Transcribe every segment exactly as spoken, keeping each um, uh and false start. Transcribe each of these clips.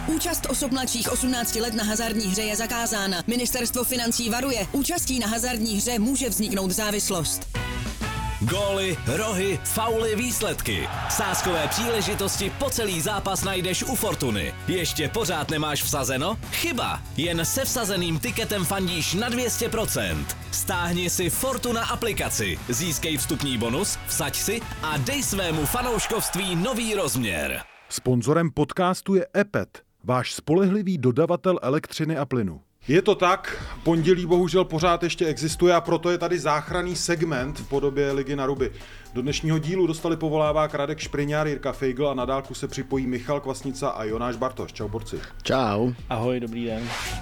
Účast osob mladších osmnácti let na hazardní hře je zakázána. Ministerstvo financí varuje, účastí na hazardní hře může vzniknout závislost. Góly, rohy, fauly, výsledky. Sázkové příležitosti po celý zápas najdeš u Fortuny. Ještě pořád nemáš vsazeno? Chyba! Jen se vsazeným tiketem fandíš na dvě stě procent. Stáhni si Fortuna aplikaci, získej vstupní bonus, vsaď si a dej svému fanouškovství nový rozměr. Sponzorem podcastu je Epet, váš spolehlivý dodavatel elektřiny a plynu. Je to tak, pondělí bohužel pořád ještě existuje a proto je tady záchranný segment v podobě Ligy na ruby. Do dnešního dílu dostali povolávák Radek Špriňár, Jirka Feigl a na dálku se připojí Michal Kvasnica a Jonáš Bartoš. Čau borci. Čau. Ahoj, dobrý den.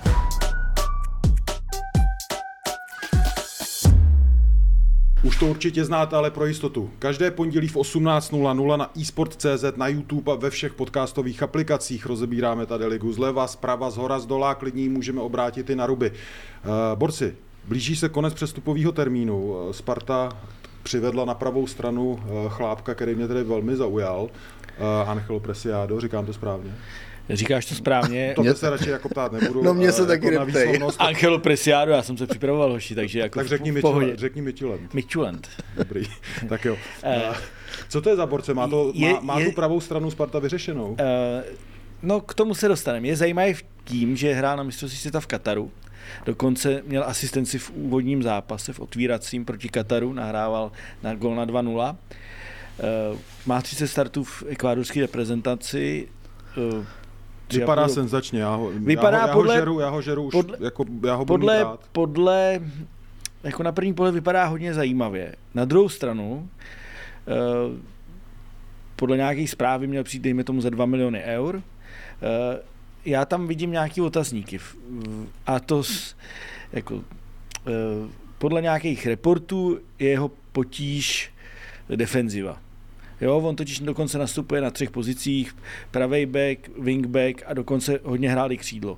Už to určitě znáte, ale pro jistotu. Každé pondělí v osmnáct nula nula na esport tečka cé zet, na YouTube a ve všech podcastových aplikacích rozebíráme tady ligu zleva, zprava, zhora, zdolá, klidně můžeme obrátit i na ruby. Uh, borci, blíží se konec přestupového termínu. Sparta přivedla na pravou stranu uh, chlápka, který mě tedy velmi zaujal. Uh, Angelo Preciado, říkám to správně? Říkáš to správně. To by se radši jako ptát nebudu. No mě se uh, taky jako neptej. Angelo Preciado, já jsem se připravoval, hoši, takže jako tak řekni v pohodě. Řekni Mitchellend. Mitchellend. Dobrý, tak jo. Uh, co to je za borce? Má, to, je, má, má je, tu pravou stranu Sparta vyřešenou? Uh, no k tomu se dostaneme. Je zajímavý tím, že hrál na mistrovství světa v Kataru. Dokonce měl asistenci v úvodním zápase, v otvíracím proti Kataru, nahrával na gol na dva nula. Uh, má třicet startů v ekvádorské reprezentaci. Uh, Vypadá půl... senzačně, já ho, Vypadá já ho, podle, já ho žeru, já ho žeru už, podle, jako, já ho budu podle, mít rád. Podle, jako na první pohled vypadá hodně zajímavě. Na druhou stranu, uh, podle nějakých zpráv by měl přijít, dejme tomu, za dva miliony eur. Uh, já tam vidím nějaký otazníky. A to s, jako, uh, podle nějakých reportů je jeho potíž defenziva. Jo, on totiž dokonce nastupuje na třech pozicích, pravej back, wingback a dokonce hodně hrál i křídlo.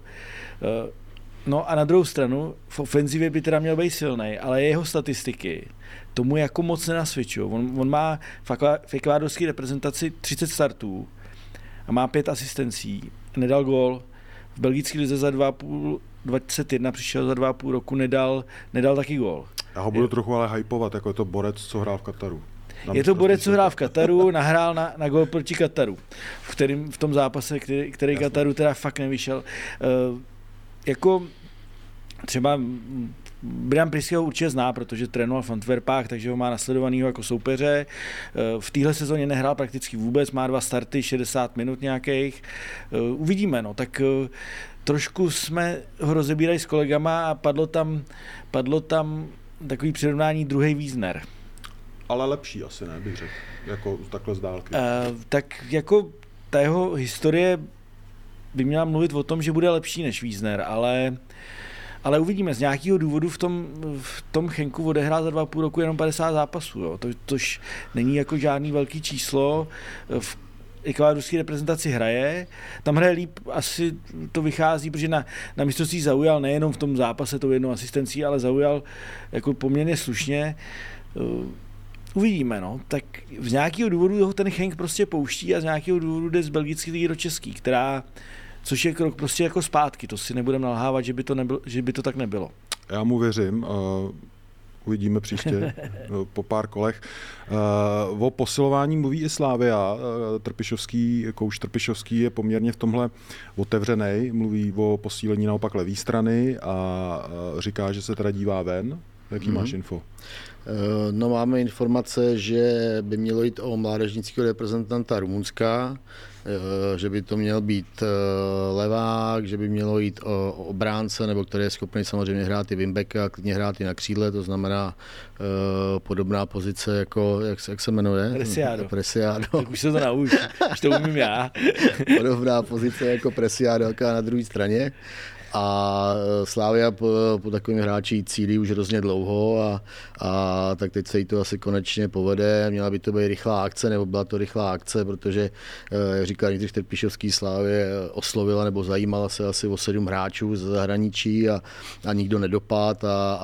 No a na druhou stranu, v ofenzivě by teda měl být silnej, ale jeho statistiky tomu jako moc nenasvědčují. On, on má v ekvádorské reprezentaci třicet startů a má pět asistencí, nedal gól. V belgické lize za dva půl, dvacet jedna přišel za dva půl roku, nedal, nedal taky gól. Já ho budu je, trochu ale hypovat, jako je to borec, co hrál v Kataru. Je to borec, co hrál v Kataru, nahrál na, na gól proti Kataru, v, kterým, v tom zápase, který, který Kataru teda fakt nevyšel. Uh, jako třeba Brian Priske ho určitě zná, protože trénoval v Antwerpách, takže ho má nasledovanýho jako soupeře. Uh, v téhle sezóně nehrál prakticky vůbec, má dva starty, šedesát minut nějakých. Uh, uvidíme, no, tak uh, trošku jsme ho rozebírali s kolegama a padlo tam, padlo tam takový přirovnání druhý Wiesner. Ale lepší asi, ne, bych řekl, jako takhle z dálky. Uh, tak jako ta jeho historie by měla mluvit o tom, že bude lepší než Wiesner, ale, ale uvidíme. Z nějakého důvodu v tom, v tom Chenku odehrál za dva půl roku jenom padesát zápasů, jo. To, tož není jako žádný velký číslo. V ekvádorské reprezentaci hraje, tam hraje líp, asi to vychází, protože na, na mistrovství zaujal nejenom v tom zápase tou jednou asistencí, ale zaujal jako poměrně slušně. Uh, Uvidíme, no. Tak z nějakého důvodu ho ten Henk prostě pouští a z nějakého důvodu jde z belgické ligy do český, která, což je krok prostě jako zpátky. To si nebudeme nalhávat, že by to, nebylo, že by to tak nebylo. Já mu věřím. Uh, uvidíme příště po pár kolech. Uh, o posilování mluví i Slavia. Uh, Trpišovský, kouč Trpišovský je poměrně v tomhle otevřenej. Mluví o posílení naopak levý strany a uh, říká, že se teda dívá ven. Jaký mm-hmm. máš info? No, máme informace, že by mělo jít o mládežnického reprezentanta Rumunska, že by to měl být levák, že by mělo jít o obránce, nebo který je schopný samozřejmě hrát i wingbacka, klidně hrát i na křídle, to znamená podobná pozice, jako, jak, jak se jmenuje? Preciado. Preciado. Tak už se to nauč, už to umím já. Podobná pozice jako Preciado, jaká na druhé straně. A Slavia po, po takovém hráči cílí už hrozně dlouho a, a tak teď se jí to asi konečně povede. Měla by to být rychlá akce, nebo byla to rychlá akce, protože, jak říkal Jindřich Trpišovský, Slavie oslovila nebo zajímala se asi o sedm hráčů ze zahraničí a, a nikdo nedopad a, a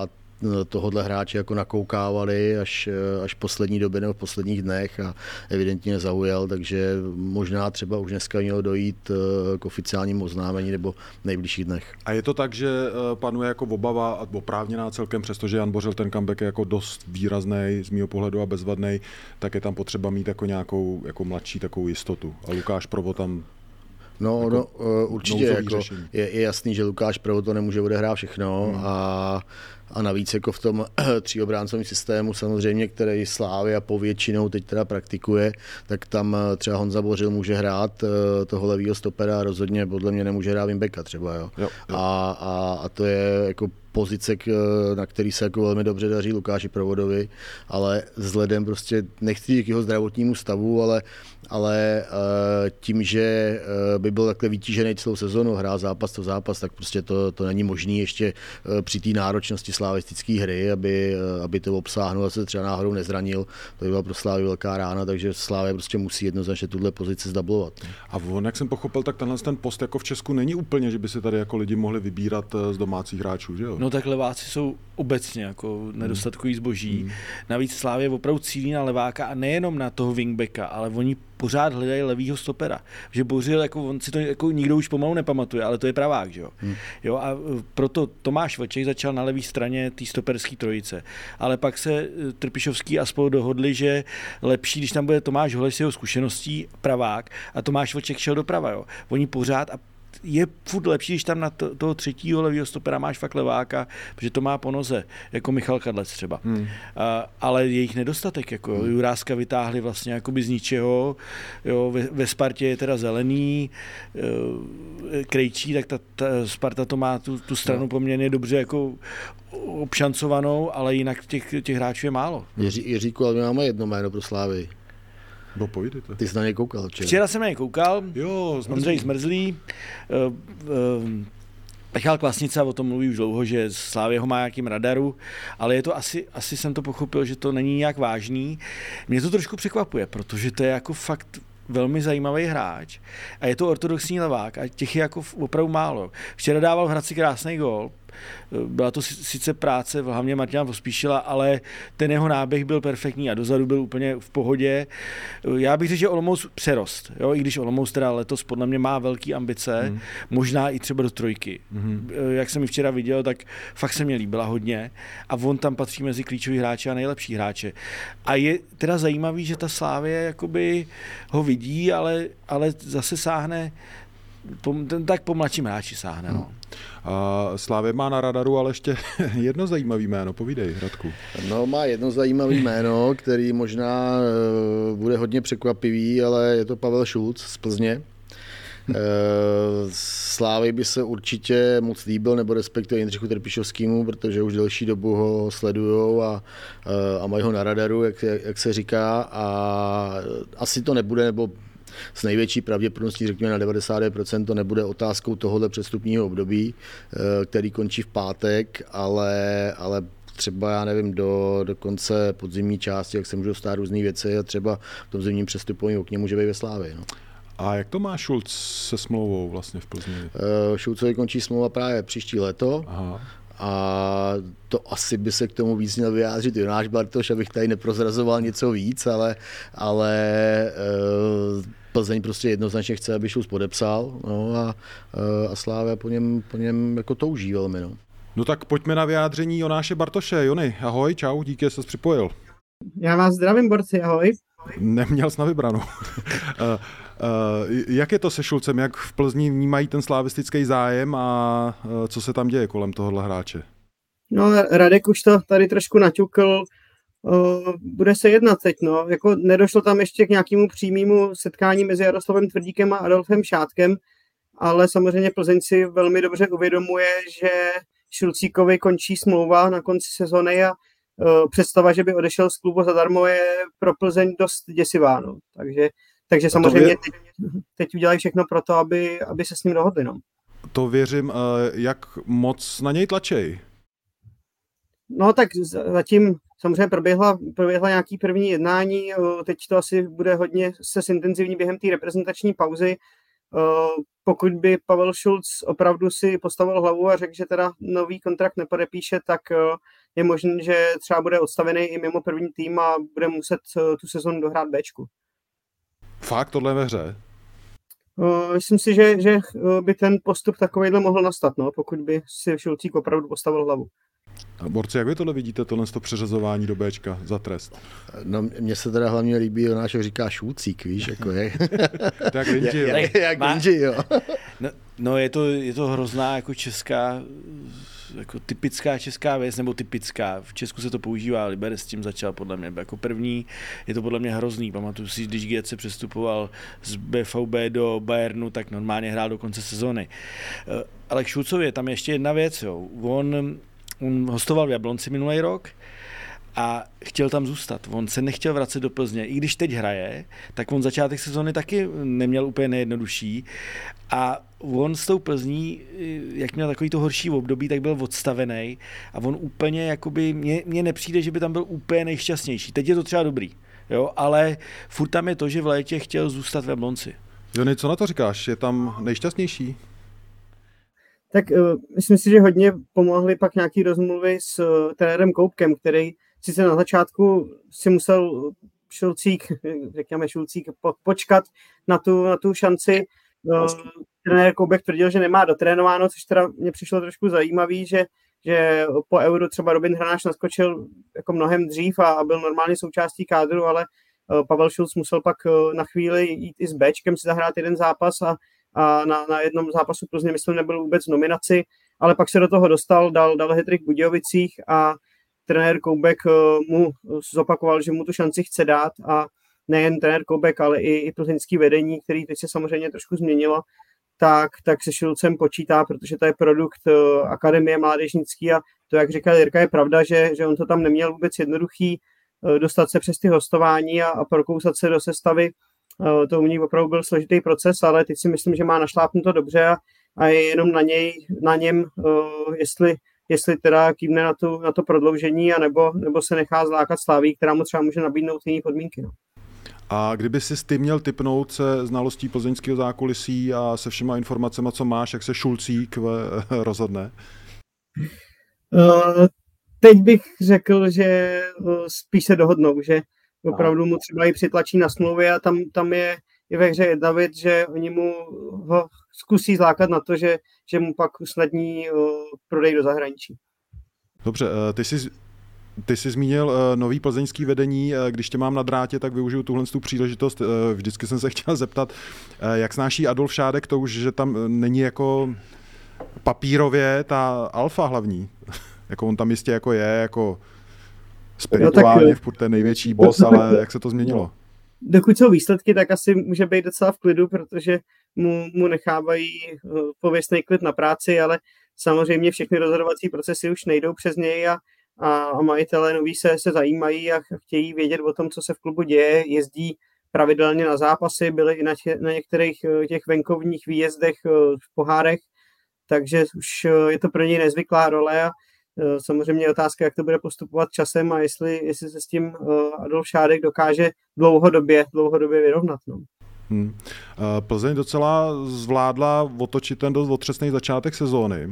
tohohle hráče jako nakoukávali až, až v poslední době nebo v posledních dnech a evidentně zaujal, takže možná třeba už dneska mělo dojít k oficiálnímu oznámení nebo v nejbližších dnech. A je to tak, že panuje jako obava a oprávněná celkem, přestože Jan Bořil ten comeback je jako dost výrazný z mýho pohledu a bezvadný, tak je tam potřeba mít jako nějakou jako mladší takovou jistotu. A Lukáš Provo tam No, jako no určitě jako je, je jasný, že Lukáš Provo to nemůže odehrát všechno hmm. a, a navíc jako v tom tříobráncovém systému samozřejmě, který Slavia povětšinou teď teda praktikuje, tak tam třeba Honza Bořil může hrát toho levýho stopera a rozhodně podle mě nemůže hrát wingbacka třeba. Jo. Jo, jo. A, a, a to je jako pozice, na který se jako velmi dobře daří Lukáši Provodovi, ale vzhledem prostě nechci k jeho zdravotnímu stavu, ale, ale tím, že by byl takhle vytížený celou sezonu, hrál zápas to zápas, tak prostě to, to není možné ještě při té náročnosti slavistické hry, aby, aby to obsáhnul a se třeba náhodou nezranil. To by byla pro Slávy velká rána, takže Slávy prostě musí jednoznačně tuhle pozici zdablovat. A on, jak jsem pochopil, tak tenhle ten post jako v Česku není úplně, že by se tady jako lidi mohli vybírat z domácích hráčů, že jo? No tak leváci jsou obecně jako nedostatkový zboží. Hmm. Navíc Slavia opravdu cílí na leváka a nejenom na toho wingbacka, ale oni pořád hledají levýho stopera. Že Bořil, jako on si to jako nikdo už pomalu nepamatuje, ale to je pravák, že jo. Hmm. Jo a proto Tomáš Vlček začal na levé straně té stoperské trojice. Ale pak se Trpišovský a spolu dohodli, že lepší, když tam bude Tomáš Holeš s jeho zkušeností pravák a Tomáš Vlček šel doprava, jo. Oni pořád a je furt lepší, když tam na to, toho třetího levýho stopera máš fakt leváka, protože to má po noze, jako Michal Kadlec třeba. Hmm. A, ale jejich nedostatek, jako hmm. Juráska vytáhli vlastně jakoby z ničeho, jo, ve, ve Spartě je teda Zelený, e, Krejčí, tak ta, ta Sparta to má tu, tu stranu no. poměrně dobře jako obšancovanou, ale jinak těch, těch hráčů je málo. Jiří, Jiříku, ale my máme jedno jméno pro Slávy. No pojdete. Ty jsi na něj koukal včera. Včera jsem na něj koukal. Jo, Zmrzlý. Ondřej Zmrzlý. Uh, uh, Michal Kvasnica o tom mluví už dlouho, že Slavia ho má nějakým radaru, ale je to asi, asi jsem to pochopil, že to není nějak vážný. Mě to trošku překvapuje, protože to je jako fakt velmi zajímavý hráč a je to ortodoxní levák a těch je jako opravdu málo. Včera dával v Hradci krásný gól. Byla to sice práce hlavně Martina Pospíšila, ale ten jeho náběh byl perfektní a dozadu byl úplně v pohodě. Já bych řekl, že Olomouc přerost, jo? I když Olomouc teda letos podle mě má velký ambice, mm. možná i třeba do trojky. Mm. Jak jsem ji včera viděl, tak fakt se mě líbila hodně a on tam patří mezi klíčový hráče a nejlepší hráče. A je teda zajímavý, že ta Slavie jakoby ho vidí, ale, ale zase sáhne ten tak po mladším hráči sáhne. No. Hmm. A Slavia má na radaru ale ještě jedno zajímavé jméno, povídej, Radku. No, má jedno zajímavé jméno, který možná uh, bude hodně překvapivý, ale je to Pavel Šulc z Plzně. Uh, Slávy by se určitě moc líbil, nebo respektive Jindřichu Trpišovskému, protože už delší dobu ho sledujou a, uh, a mají ho na radaru, jak, jak se říká, a asi to nebude, nebo s největší pravděpodobností, řekněme na devadesát devět procent, to nebude otázkou tohohle přestupního období, který končí v pátek, ale, ale třeba, já nevím, do, do konce podzimní části, jak se můžou stát různý věci a třeba v tom zimním přestupovém okně může být ve Slávii. No. A jak to má Šulc se smlouvou vlastně v Plzni? Šulcovi končí smlouva právě příští léto. Aha. A to asi by se k tomu víc měl vyjádřit Jonáš Bartoš, abych tady neprozrazoval něco víc, ale, ale e, Plzeň prostě jednoznačně chce, aby Šulc podepsal, no a, a Slávia po něm, po něm jako touží velmi. No. no tak pojďme na vyjádření Jonáše Bartoše. Jony, ahoj, čau, díky, že jsi připojil. Já vás zdravím, borci, ahoj. Neměl jsi na vybranou. Jak je to se Šulcem? Jak v Plzni vnímají ten slavistický zájem a co se tam děje kolem tohohle hráče? No, Radek už to tady trošku naťukl. Bude se jednat teď, no. Jako nedošlo tam ještě k nějakému přímému setkání mezi Jaroslavem Tvrdíkem a Adolfem Šátkem, ale samozřejmě Plzeň si velmi dobře uvědomuje, že Šulcíkovi končí smlouva na konci sezony a představa, že by odešel z klubu zadarmo, je pro Plzeň dost děsivá, no. Takže Takže samozřejmě vě... teď, teď udělají všechno pro to, aby, aby se s ním dohodli. No. To věřím. Jak moc na něj tlačej? No tak zatím samozřejmě proběhla, proběhla nějaký první jednání. Teď to asi bude hodně se intenzivní během té reprezentační pauzy. Pokud by Pavel Šulc opravdu si postavil hlavu a řekl, že teda nový kontrakt nepodepíše, tak, je možné, že třeba bude odstavený i mimo první tým a bude muset tu sezonu dohrát Bčku. Fakt tohle ve hře? Myslím si, že, že by ten postup takovejhle mohl nastat, no, pokud by si Šulcík opravdu postavil hlavu. Borci, jak vy tohle vidíte, tohle to přeřazování do Bčka za trest? No, mně se teda hlavně líbí, Jonáš říká Šulcík, víš, jako je. To jak Linži, jo. Jak, jak Linži, jo. No, no je, to, je to hrozná jako česká, jako typická česká věc, nebo typická. V Česku se to používá, Liberec s tím začal podle mě jako první. Je to podle mě hrozný. Pamatuju si, když G C přestupoval z B V B do Bayernu, tak normálně hrál do konce sezony. Ale k Šulcovi je tam ještě jedna věc. Jo. On, on hostoval v Jablonci minulý rok a chtěl tam zůstat. On se nechtěl vracet do Plzně. I když teď hraje, tak on začátek sezony taky neměl úplně nejjednodušší. A on s tou Plzní, jak měl takový to horší období, tak byl odstavený a on úplně, jakoby, mně, mně nepřijde, že by tam byl úplně nejšťastnější. Teď je to třeba dobrý, jo, ale furt tam je to, že v létě chtěl zůstat v Jablonci. Jony, co na to říkáš? Je tam nejšťastnější? Tak uh, myslím si, že hodně pomohly pak nějaký rozmluvy s uh, trenérem Koubkem, který sice na začátku si musel Šulcík, řekněme Šulcík, po, počkat na tu, na tu šanci. Uh, trenér Koubek tvrdil, že nemá dotrénováno, což teda mě přišlo trošku zajímavý, že, že po Euru třeba Robin Hranáš naskočil jako mnohem dřív a, a byl normálně součástí kádru, ale uh, Pavel Šulc musel pak uh, na chvíli jít i s Bčkem si zahrát jeden zápas a, a na, na jednom zápasu Plzně, myslím, nebyl vůbec v nominaci, ale pak se do toho dostal, dal, dal hat-trick v Budějovicích a trenér Koubek uh, mu zopakoval, že mu tu šanci chce dát a nejen trenér Koubek, ale i, i plzeňský vedení, který teď se samozřejmě trošku změnilo, tak, tak se Šulcem počítá, protože to je produkt uh, akademie mládežnický a to, jak říkal Jirka, je pravda, že, že on to tam neměl vůbec jednoduchý uh, dostat se přes ty hostování a, a prokousat se do sestavy. Uh, to u něj opravdu byl složitý proces, ale teď si myslím, že má našlápnuto dobře a, a je jenom na něj, na něm, uh, jestli jestli teda kývne na, tu, na to prodloužení, anebo, nebo se nechá zlákat Slaví, která mu třeba může nabídnout jiné podmínky. No. A kdyby si ty měl tipnout se znalostí plzeňského zákulisí a se všema informacemi, co máš, jak se Šulcík rozhodne? Uh, teď bych řekl, že uh, spíš se dohodnou, že opravdu mu třeba i přitlačí na smlouvě a tam, tam je, je ve hře jedna věc, že oni mu ho zkusí zlákat na to, že, že mu pak usnadní uh, prodej do zahraničí. Dobře, ty jsi, ty jsi zmínil uh, nový plzeňský vedení, uh, když tě mám na drátě, tak využiju tuhle tu příležitost. Uh, vždycky jsem se chtěl zeptat, uh, jak snáší Adolf Šádek to už, že tam není jako papírově ta alfa hlavní. Jako on tam jistě jako je, jako spirituálně v ten největší boss, ale jak se to změnilo? Dokud jsou výsledky, tak asi může být docela v klidu, protože mu, mu nechávají pověstný klid na práci, ale samozřejmě všechny rozhodovací procesy už nejdou přes něj a, a, a majitelé noví se, se zajímají a chtějí vědět o tom, co se v klubu děje, jezdí pravidelně na zápasy, byli i na, tě, na některých těch venkovních výjezdech v pohárech, takže už je to pro něj nezvyklá role a samozřejmě je otázka, jak to bude postupovat časem a jestli, jestli se s tím Adolf Šádek dokáže dlouhodobě, dlouhodobě vyrovnat. No. Hmm. Plzeň docela zvládla otočit ten dost otřesný začátek sezóny.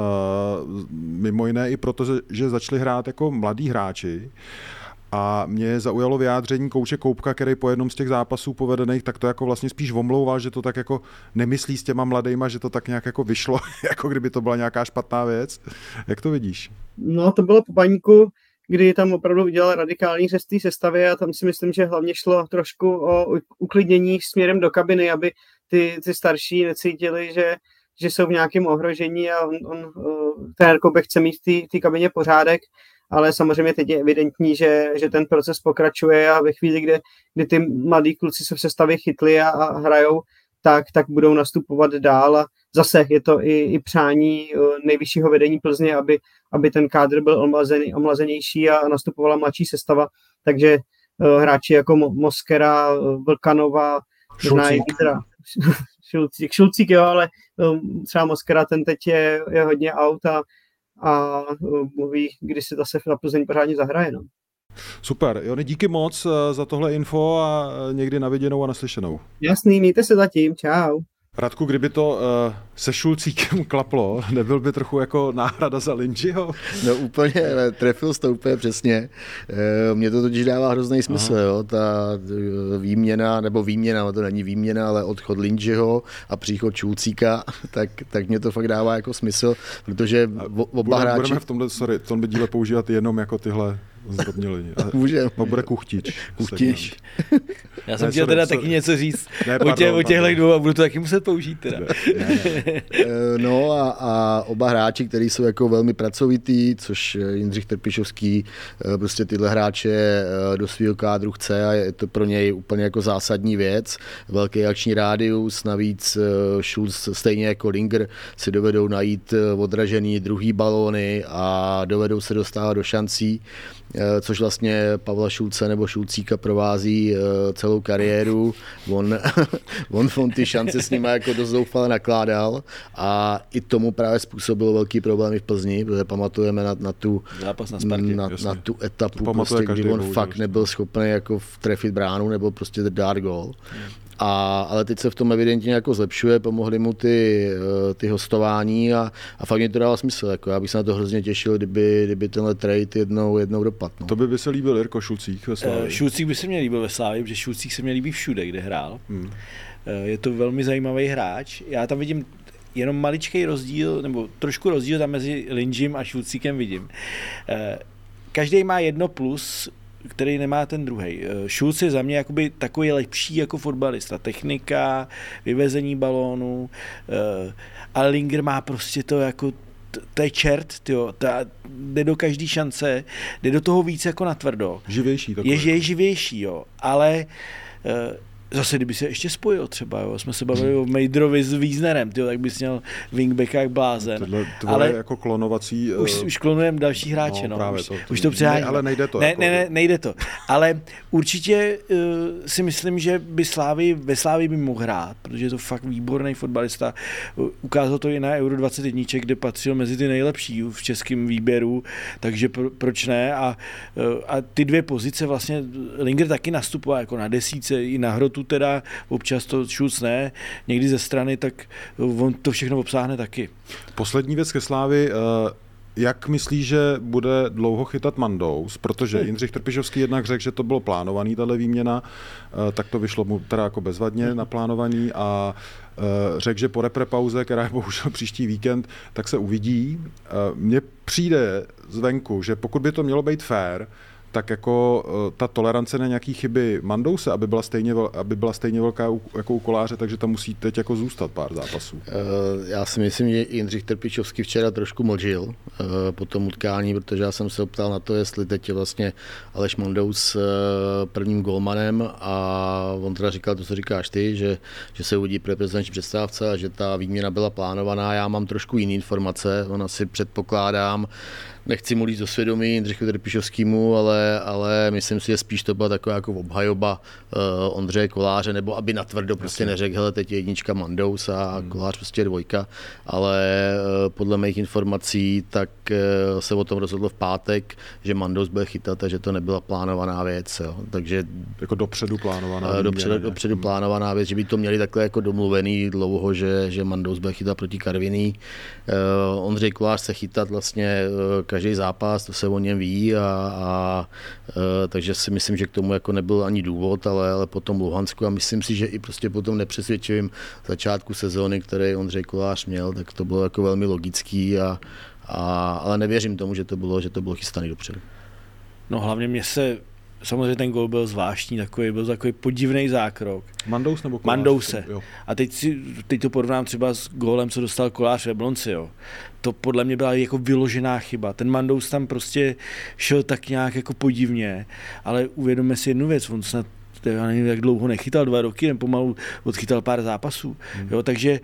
Mimo jiné i proto, že začali hrát jako mladí hráči. A mě zaujalo vyjádření kouče Koubka, který po jednom z těch zápasů povedených, tak to jako vlastně spíš omlouval, že to tak jako nemyslí s těma mladejma, že to tak nějak jako vyšlo, jako kdyby to byla nějaká špatná věc. Jak to vidíš? No, to bylo po Baníku, kdy tam opravdu udělal radikální řez té sestavy a tam si myslím, že hlavně šlo trošku o uklidnění směrem do kabiny, aby ty, ty starší necítili, že, že jsou v nějakém ohrožení a on, on ten Koubek chce mít v té kabině pořádek. Ale samozřejmě teď je evidentní, že, že ten proces pokračuje a ve chvíli, kdy, kdy ty mladí kluci se v sestavě chytli a, a hrajou, tak, tak budou nastupovat dál a zase je to i, i přání nejvyššího vedení Plzně, aby, aby ten kádr byl omlazený, omlazenější a nastupovala mladší sestava, takže uh, hráči jako Moskera, Vlkanova, Šulcík. Šulcík, Šulcík, jo, ale um, třeba Moskera, ten teď je, je hodně out a a mluví, když si zase na Plzeň pořádně zahraje. No. Super, Jony, díky moc za tohle info a někdy na viděnou a naslyšenou. Jasný, mějte se zatím, čau. Radku, kdyby to uh, se Šulcíkem klaplo, nebyl by trochu jako náhrada za Lynchiho? No úplně, trefil jsi to úplně přesně. Mně to totiž dává hrozný smysl, jo? Ta výměna, nebo výměna, to není výměna, ale odchod Lynchiho a příchod Šulcíka, tak, tak mě to fakt dává jako smysl, protože oba budeme, hráči... Budeme v tomhle, sorry, v tomhle díle používat jenom jako tyhle zdrobněliny. Můžeme. Pak bude kuchtič. Kuchtič. Já jsem Ne, chtěl sorry, teda sorry. taky něco říct Ne, o, pardon, tě, o těchto pardon. dvou a budu to taky muset použít teda. Ne, ne. No a, a oba hráči, kteří jsou jako velmi pracovitý, což Jindřich Trpišovský prostě tyhle hráče do svého kádru chce a je to pro něj úplně jako zásadní věc. Velký akční rádius, navíc Schulz stejně jako Linger si dovedou najít odražený druhý balóny a dovedou se dostávat do šancí, což vlastně Pavla Šulce nebo Šulcíka provází celou kariéru. On, on, on ty šance s nimi jako dost zoufale nakládal a i tomu právě způsobilo velký problémy v Plzni, protože pamatujeme na, na, tu, Zápas na Spartě, na, jasně. na tu etapu, To pamatuje prostě, každý, kdy on bohužel. fakt nebyl schopný jako trefit bránu nebo prostě dát gól. A, ale teď se v tom evidentně jako zlepšuje, pomohly mu ty, ty hostování a, a fakt mě to dává smysl. Jako já bych se na to hrozně těšil, kdyby, kdyby tenhle trade jednou, jednou dopadl. No. To by by se líbil Jirko Šulcík ve Slávii. Šulcík by se mě líbil ve Slávii, protože Šulcík se mě líbí všude, kde hrál. Hmm. Je to velmi zajímavý hráč. Já tam vidím jenom maličký rozdíl, nebo trošku rozdíl tam mezi Lynchim a Šulcíkem vidím. Každý má jedno plus, který nemá ten druhý. Schulz je za mě jakoby takový lepší jako fotbalista. Technika, vyvezení balónu, ale Linger má prostě to jako to je čert, tyjo, ta, jde do každý šance, jde do toho víc jako natvrdo. Živější takový. Je, je živější, jo, ale zase, kdyby se ještě spojil třeba, jo. Jsme se bavili o Mejdrovi s Wiesnerem, tyjo, tak bys měl wingbacka jak blázen. Tohle tvoje ale jako klonovací... Už, uh, už klonujeme další hráče, no. no už, to, to, už to přehání. Ne, ale nejde to. Ne, jako, ne, ne, nejde to. Ale určitě uh, si myslím, že by Slávy, ve Slávii by mohl hrát, protože je to fakt výborný fotbalista. Uh, ukázal to i na Euro dvacet jedna, kde patřil mezi ty nejlepší v českém výběru, takže pro, proč ne? A, uh, a ty dvě pozice vlastně, Linger taky nastupoval jako na desíce, i na hrotu teda, občas to Schulz ne, někdy ze strany, tak on to všechno obsáhne taky. Poslední věc ke Slávy, jak myslíš, že bude dlouho chytat Mandous, protože Jindřich Trpišovský jednak řekl, že to bylo plánovaný, tato výměna, tak to vyšlo mu teda jako bezvadně naplánovaný a řekl, že po repre pauze, která je bohužel příští víkend, tak se uvidí. Mně přijde zvenku, že pokud by to mělo být fair, tak jako ta tolerance na nějaký chyby Mandouse, aby byla stejně, aby byla stejně velká jako u Koláře, takže tam musí teď jako zůstat pár zápasů. Já si myslím, že Jindřich Trpišovský včera trošku mlžil po tom utkání, protože já jsem se optal na to, jestli teď je vlastně Aleš Mandous prvním golmanem a on teda říkal to, co říkáš ty, že, že se uvidí reprezentační představce a že ta výměna byla plánovaná. Já mám trošku jiné informace, on asi předpokládám, nechci mu líct do svědomí Jindřichu Trpišovskému, ale, ale myslím si, že spíš to byla taková jako obhajoba uh, Ondřeje Koláře, nebo aby natvrdo prostě neřekl, hele, teď je jednička Mandous a hmm. Kolář prostě je dvojka, ale uh, podle mých informací tak uh, se o tom rozhodlo v pátek, že Mandous bude chytat a že to nebyla plánovaná věc, jo. Takže jako dopředu plánovaná uh, dopředu, dopředu plánovaná věc, že by to měli takhle jako domluvený dlouho, že, že Mandous bude chytat proti Karviní. Uh, Ondřej Kolář se chytat vlastně uh, každý zápas, to se o něm ví a, a e, takže si myslím, že k tomu jako nebyl ani důvod, ale, ale potom Luhansku a myslím si, že i prostě po tom nepřesvědčivým začátku sezóny, který Ondřej Kolář měl, tak to bylo jako velmi logický a, a ale nevěřím tomu, že to bylo, že to bylo chystaný dopředu. No hlavně mě se samozřejmě ten gól byl zvláštní, takový, byl takový podivný zákrok. Mandous nebo Kolář? Mandouse. A teď, si, teď to porovnám třeba s gólem, co dostal Kolář v Jablonci. Jo. To podle mě byla jako vyložená chyba. Ten Mandous tam prostě šel tak nějak jako podivně, ale uvědomme si jednu věc, on snad já nevím, jak dlouho nechytal, dva roky, jen pomalu odchytal pár zápasů. Hmm. Jo, takže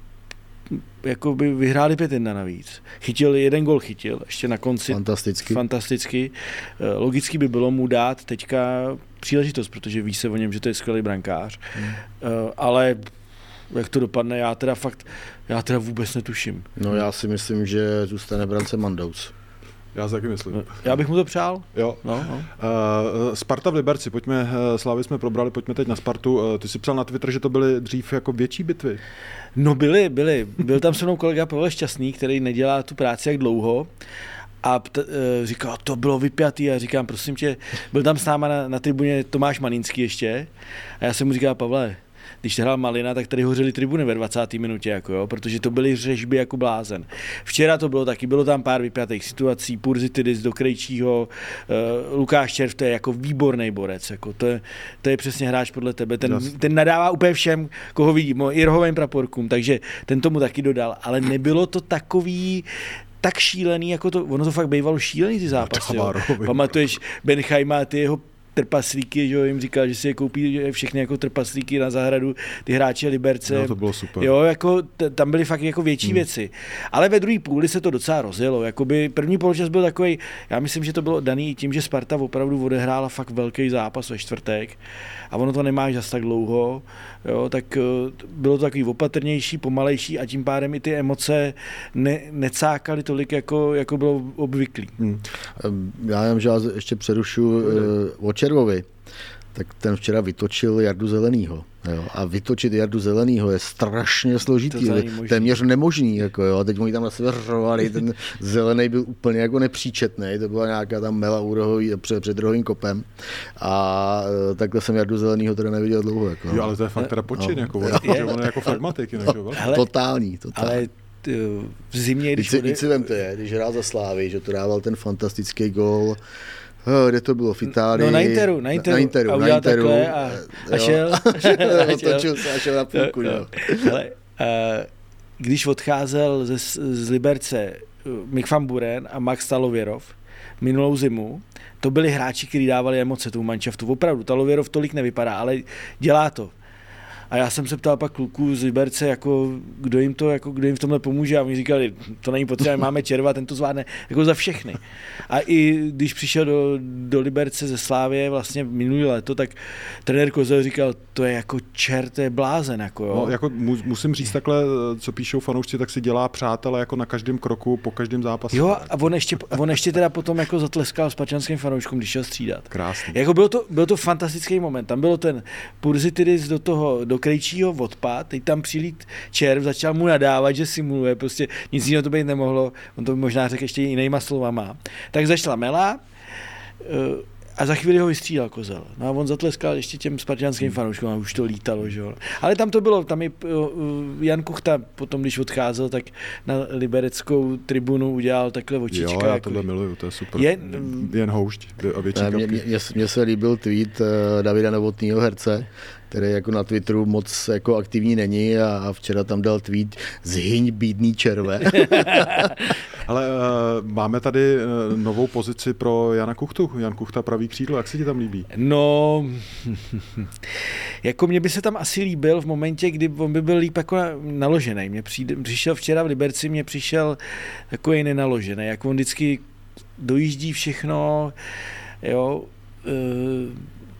jako by vyhráli pět jedna navíc. Chytil, jeden gol chytil, ještě na konci. Fantasticky. Fantasticky. Logicky by bylo mu dát teďka příležitost, protože ví se o něm, že to je skvělý brankář. Hmm. Ale jak to dopadne, já teda fakt, já teda vůbec netuším. No já si myslím, že zůstane v brance Mandous. Já si taky myslím. Já bych mu to přál. Jo. No, no. Uh, Sparta v Liberci, pojďme, uh, Slávy jsme probrali, pojďme teď na Spartu. Uh, ty jsi psal na Twitter, že to byly dřív jako větší bitvy. No byly, byly. Byl tam se mnou kolega Pavel Šťastný, který nedělá tu práci jak dlouho. A t- říkal, to bylo vypjatý a říkám, prosím tě, byl tam s náma na, na tribuně Tomáš Maninský ještě a já jsem mu říkal, Pavle, když hrál Malina, tak tady hořely tribuny ve dvacáté minutě, jako jo, protože to byly řežby jako blázen. Včera to bylo taky, bylo tam pár vypjatých situací, Purzitidis do Krejčího, uh, Lukáš Červ, to je jako výborný borec, jako to, je, to je přesně hráč podle tebe, ten, ten nadává úplně všem, koho vidí, i rohovým praporkům, takže ten tomu taky dodal, ale nebylo to takový tak šílený, jako to, ono to fakt bývalo šílený ty zápasy. Jo. Pamatuješ Benchajma, ty jeho trpaslíky, že jo, jim říkal, že si je koupí všechny jako trpaslíky na zahradu, ty hráči Liberce. Jo, to bylo super. Jo, jako t- tam byly fakt jako větší hmm. věci. Ale ve druhé půli se to docela rozjelo. Jakoby první poločas byl takový, já myslím, že to bylo daný tím, že Sparta opravdu odehrála fakt velký zápas ve čtvrtek a ono to nemáš zas tak dlouho, jo, tak bylo to takový opatrnější, pomalejší a tím pádem i ty emoce ne, necákaly tolik, jako, jako bylo obvyklý. Hmm. Já jenom, že já ještě přerušu o Červovi, tak ten včera vytočil Jardu Zelenýho. Jo. A vytočit Jardu Zelenýho je strašně složitý, to je téměř nemožný. Jako, jo. A teď oni tam na sebe řvali, ten Zelený byl úplně jako nepříčetný, to byla nějaká tam mela u rohový, před, před rohovým kopem. A takhle jsem Jardu Zelenýho teda neviděl dlouho. Jako, jo, ale to je fakt teda počin, no. Jako, on, je, on je jako flegmatik. No, totální, totální. Ale v zimě, když... Víc si vemte, je, když hrál za Slávy, že to dával ten fantastický gól. Oh, kde to bylo? V Itálii? No na Interu, na Interu. Na Interu, a udělal na Interu. Takhle a, a šel. Otočil se a šel na půlku. Jo, jo. Hele, uh, když odcházel ze, z Liberce Mik van Buren a Max Talověrov minulou zimu, to byli hráči, kteří dávali emoce tomu manšaftu. Opravdu, Talověrov tolik nevypadá, ale dělá to. A já jsem se ptal pak kluků z Liberce, jako, kdo jim to, jako, kdo jim v tomhle pomůže a oni říkali, to není potřeba, máme Červa, ten to zvládne jako za všechny. A i když přišel do, do Liberce ze Slávie vlastně minulý léto, tak trenér Kozel říkal, to je jako čert, to je blázen. Jako, jo. No, jako musím říct takhle, co píšou fanoušci, tak si dělá přátelé jako na každém kroku, po každém zápase. Jo, a on ještě, on ještě teda potom jako zatleskal spartanským fanouškům, když šel střídat. Krásný. Jako byl to, byl to fantastický moment, tam bylo ten Purzitidis do toho, do Krejčího odpad, teď tam přilít Červ, začal mu nadávat, že simuluje, prostě nic jiného to být nemohlo, on to možná řekl ještě jinýma slovama. Tak začala mela a za chvíli ho vystřídal Kozel. No a on zatleskal ještě těm spartanským fanouškům a už to lítalo, že jo. Ale tam to bylo, tam i Jan Kuchta potom, když odcházel, tak na libereckou tribunu udělal takhle očička. Jo, já jako... tohle miluju, to je super. Je... Jen houšť a větší kapky. Mně se líbil tweet Davida Novotnýho, herce, který jako na Twitteru moc jako aktivní není a, a včera tam dal tweet zhyň bídný Červe. Ale uh, máme tady uh, novou pozici pro Jana Kuchtu. Jan Kuchta pravý křídlo, jak se ti tam líbí? No, jako mně by se tam asi líbil v momentě, kdy on by byl líp jako naložený. Mně přijde, přišel včera v Liberci, mně přišel takový nenaložený, jak on vždycky dojíždí všechno, jo, uh,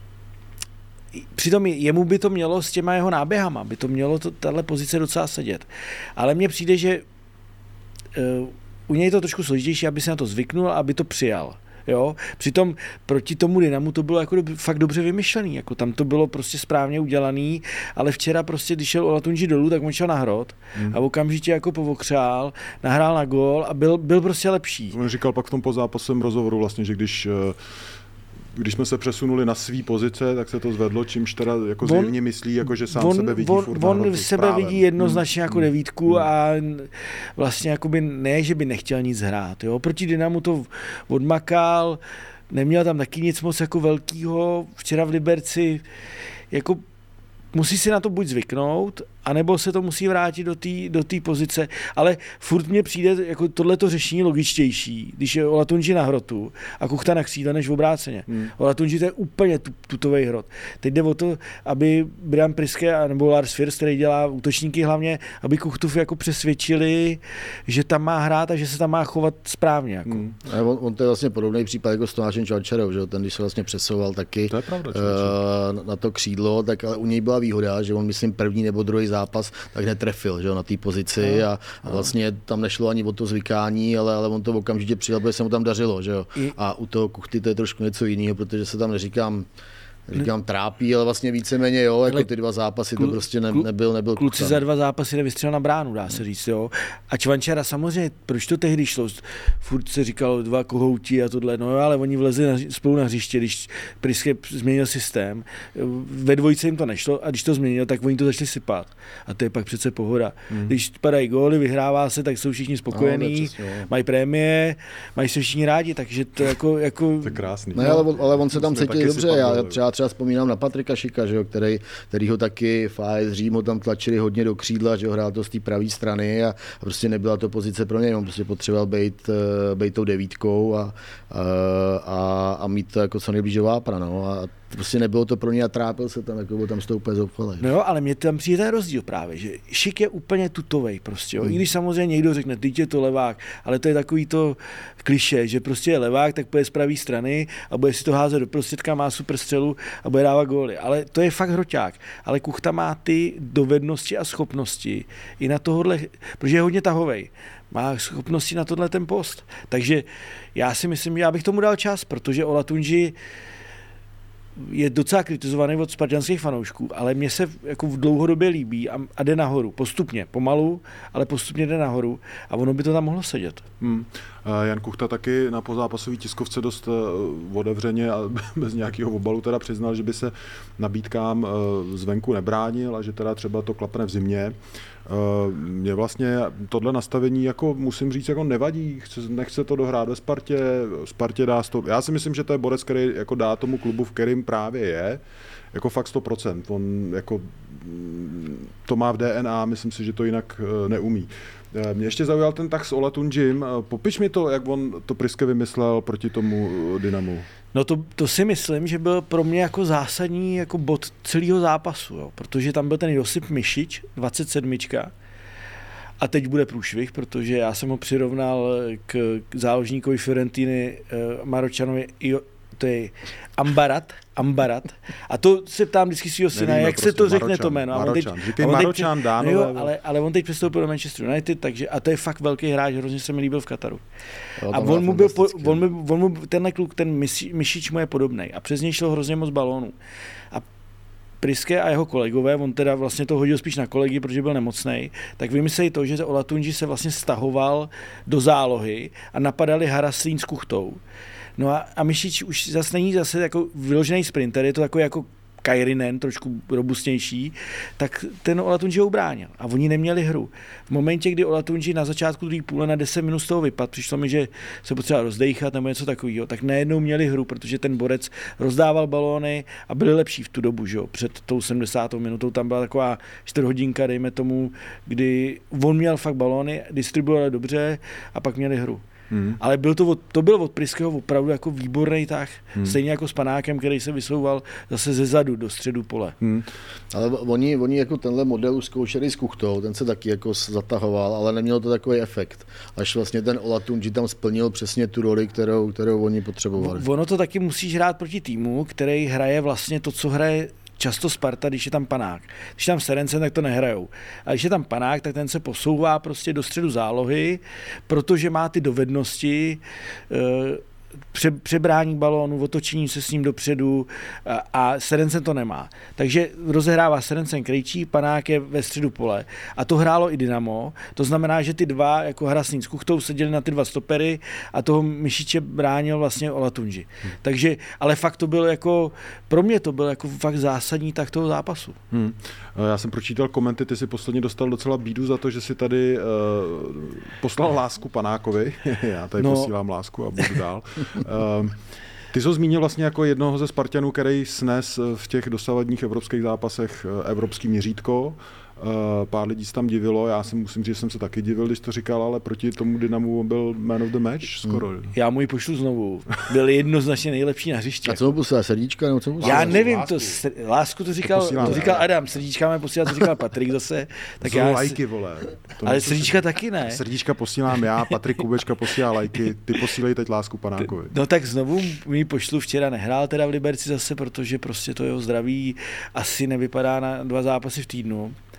přitom jemu by to mělo s těma jeho náběhama, by to mělo to, tahle pozice docela sedět. Ale mně přijde, že uh, u něj je to trošku složitější, aby se na to zvyknul a aby to přijal. Jo? Přitom proti tomu Dynamu to bylo jako dob- fakt dobře vymyšlený, jako tam to bylo prostě správně udělaný, ale včera prostě, když šel Olatunji dolů, tak on šel na hrot hmm. a okamžitě jako povokřál, nahrál na gól a byl, byl prostě lepší. On říkal pak v tom pozápasovém rozhovoru vlastně, že když když jsme se přesunuli na svý pozice, tak se to zvedlo, čímž teda jako on, zjevně myslí, jako že sám on, sebe vidí on, furt on sebe právem. vidí jednoznačně hmm. jako devítku hmm. a vlastně jakoby ne, že by nechtěl nic hrát. Jo? Proti Dynamu to odmakal, neměl tam taky nic moc jako velkýho. Včera v Liberci jako musí si na to buď zvyknout, anebo se to musí vrátit do té do té pozice, ale furt mně přijde jako tohleto řešení logičtější, když je Olatunji na hrotu a Kuchta na křídle než v obráceně. Hmm. Olatunji to je úplně tutovej hrot. Teď jde o to, aby Brian Priske nebo Lars Fürst, který dělá útočníky hlavně, aby Kuchtu jako přesvědčili, že tam má hrát a že se tam má chovat správně. Jako. Hmm. On, on to je vlastně podobný případ jako s Tomášem Čvančarou, že ten když se vlastně přesouval taky to je pravda, uh, na to křídlo, tak ale u něj byla výhoda, že on myslím první nebo druhý zápas, tak netrefil, že jo, na té pozici a, a vlastně tam nešlo ani o to zvykání, ale, ale on to okamžitě přijal, protože se mu tam dařilo, že jo. A u toho Kuchty to je trošku něco jiného, protože se tam neříkám, Říkám trápí, ale vlastně víceméně jo, jako ty dva zápasy to prostě ne, nebyl, nebyl Kluci Kuchta. za dva zápasy nevystřelil na bránu, dá se říct, jo. A Čvančara samozřejmě, proč to tehdy šlo? Furt se říkalo dva kohoutí a tohle, no jo, ale oni vlezli na, spolu na hřiště, když Priske změnil systém. Ve dvojce jim to nešlo a když to změnil, tak oni to začali sypat. A to je pak přece pohoda. Hmm. Když padají góly, vyhrává se, tak jsou všichni spokojení, no, mají prémie, mají se všichni rádi, takže to jako... jako... To je krásný. Ne, ale, ale on se tam cítil dobře, já třeba, třeba vzpomínám na Patrika Šika, že jo, který, který ho taky Fájez Řím ho tam tlačili hodně do křídla, že ho hrál to z té pravé strany a, a prostě nebyla to pozice pro něj, on prostě potřeboval být, být tou devítkou a, a, a mít to jako co nejblíže vápna, no, a prostě nebylo to pro něj a trápil se tam, jako byl tam s tou úplně zoufalý. No jo, ale mě tam přijde ten rozdíl právě, že Šik je úplně tutovej prostě, jo. Hmm. I když samozřejmě někdo řekne, teď je to levák, ale to je takový to klišé, že prostě je levák, tak půjde z pravé strany a bude si to házet do prostředka, má super střelu a bude dávat góly. Ale to je fakt hroťák. Ale Kuchta má ty dovednosti a schopnosti i na tohohle, protože je hodně tahovej. Má schopnosti na tohle ten post. Takže já si myslím, že já bych tomu dal čas, protože Olatunji je docela kritizovaný od spartanských fanoušků, ale mně se jako v dlouhodobě líbí a, a jde nahoru. Postupně, pomalu, ale postupně jde nahoru a ono by to tam mohlo sedět. Hmm. Jan Kuchta taky na pozápasové tiskovce dost otevřeně a bez nějakého obalu teda přiznal, že by se nabídkám zvenku nebránil a že teda třeba to klapne v zimě. Mě vlastně tohle nastavení, jako musím říct, jako nevadí, chce, nechce to dohrát ve Spartě, Spartě dá sto. Já si myslím, že to je borec, který jako dá tomu klubu, v kterým právě je, jako fakt sto procent. On jako to má v D N A, myslím si, že to jinak neumí. Mě ještě zaujal ten tah s Olatunjim. Popiš mi to, jak on to Priske vymyslel proti tomu Dynamu. No to, to si myslím, že byl pro mě jako zásadní jako bod celého zápasu, jo, protože tam byl ten Josip Mišič, dvacet sedm a teď bude průšvih, protože já jsem ho přirovnal k, k záložníkovi Fiorentiny uh, Maročanovi, to je Ambarat, Ambarat. A to se ptám vždycky svýho syna, jak prostě se to řekne Maročan, to jméno. Maročan, teď, říkej Maročan, Dánové. Jo, ale, ale on teď přestoupil do Manchester United, takže, a to je fakt velký hráč, hrozně se mi líbil v Kataru. Jo, a on mu byl, po, on, mu, on mu, tenhle kluk, ten Mišič mu je podobnej a přes něj šlo hrozně moc balónů. A Priske a jeho kolegové, on teda vlastně to hodil spíš na kolegy, protože byl nemocnej, tak vymysleli to, že Olatunji se vlastně stahoval do zálohy a napadali Haraslín s Kuchtou. No a, a Mišič už zase není zase jako vyložený sprinter, je to takový jako Kairinen, trošku robustnější, tak ten Olatunji ho ubránil a oni neměli hru. V momentě, kdy Olatunji na začátku druhé půle na deset minut z toho vypad, přišlo mi, že se potřeba rozdejchat nebo něco takového, tak najednou měli hru, protože ten borec rozdával balóny a byli lepší v tu dobu, že jo, před tou sedmdesátou minutou, tam byla taková čtvrthodinka, dejme tomu, kdy on měl fakt balóny, distribuoval dobře a pak měli hru. Hmm. Ale byl to, od, to byl od Priskeho opravdu jako výborný tah, hmm. stejně jako s Panákem, který se vysouval zase ze zadu do středu pole. Hmm. Ale oni, oni jako tenhle model zkoušeli s Kuchtou, ten se taky jako zatahoval, ale nemělo to takový efekt. Až vlastně ten Olatunji tam splnil přesně tu roli, kterou, kterou oni potřebovali. Ono to taky musíš hrát proti týmu, který hraje vlastně to, co hraje často Sparta, když je tam Panák. Když je tam Serencen, tak to nehrajou. A když je tam Panák, tak ten se posouvá prostě do středu zálohy, protože má ty dovednosti, pře, přebrání balónu, otočení se s ním dopředu a, a Serencen to nemá. Takže rozehrává Serencen Krejčí, Panák je ve středu pole. A to hrálo i Dynamo. To znamená, že ty dva, jako Hraslín s Kuchtou, seděli na ty dva stopery a toho Mišiče bránil vlastně Olatunji. Hmm. Takže, ale fakt to bylo jako, pro mě to byl jako fakt zásadní tak toho zápasu. Hmm. Já jsem pročítal komenty, ty si posledně dostal docela bídu za to, že si tady uh, poslal lásku Panákovi. Já tady no. posílám lásku a budu dál. Uh, ty jsi ho zmínil vlastně jako jednoho ze Spartanů, který snes v těch dosavadních evropských zápasech evropský měřítko. Uh, pár lidí se tam divilo, já si musím říct, že jsem se taky divil, když to říkal, ale proti tomu Dynamu byl man of the match skoro. Hmm. Já mu ji pošlu znovu. Byl jednoznačně nejlepší na hřišti. A co mu poslal, srdíčka? Nebo co mu já nevím, lásku. to sr- lásku to říkal, to, to říkal Adam, srdíčka máme posílat, to říkal Patrik zase. Tak já lajky, vole. To ale srdíčka taky ne. Srdíčka posílám já, Patrik Kubečka posílá lajky, ty posílej teď lásku Panákovi. No tak znovu mi pošlu, včera nehrál teda v Liberci zase, protože prostě to jeho zdraví asi nevypadá na dva zápasy v týdnu.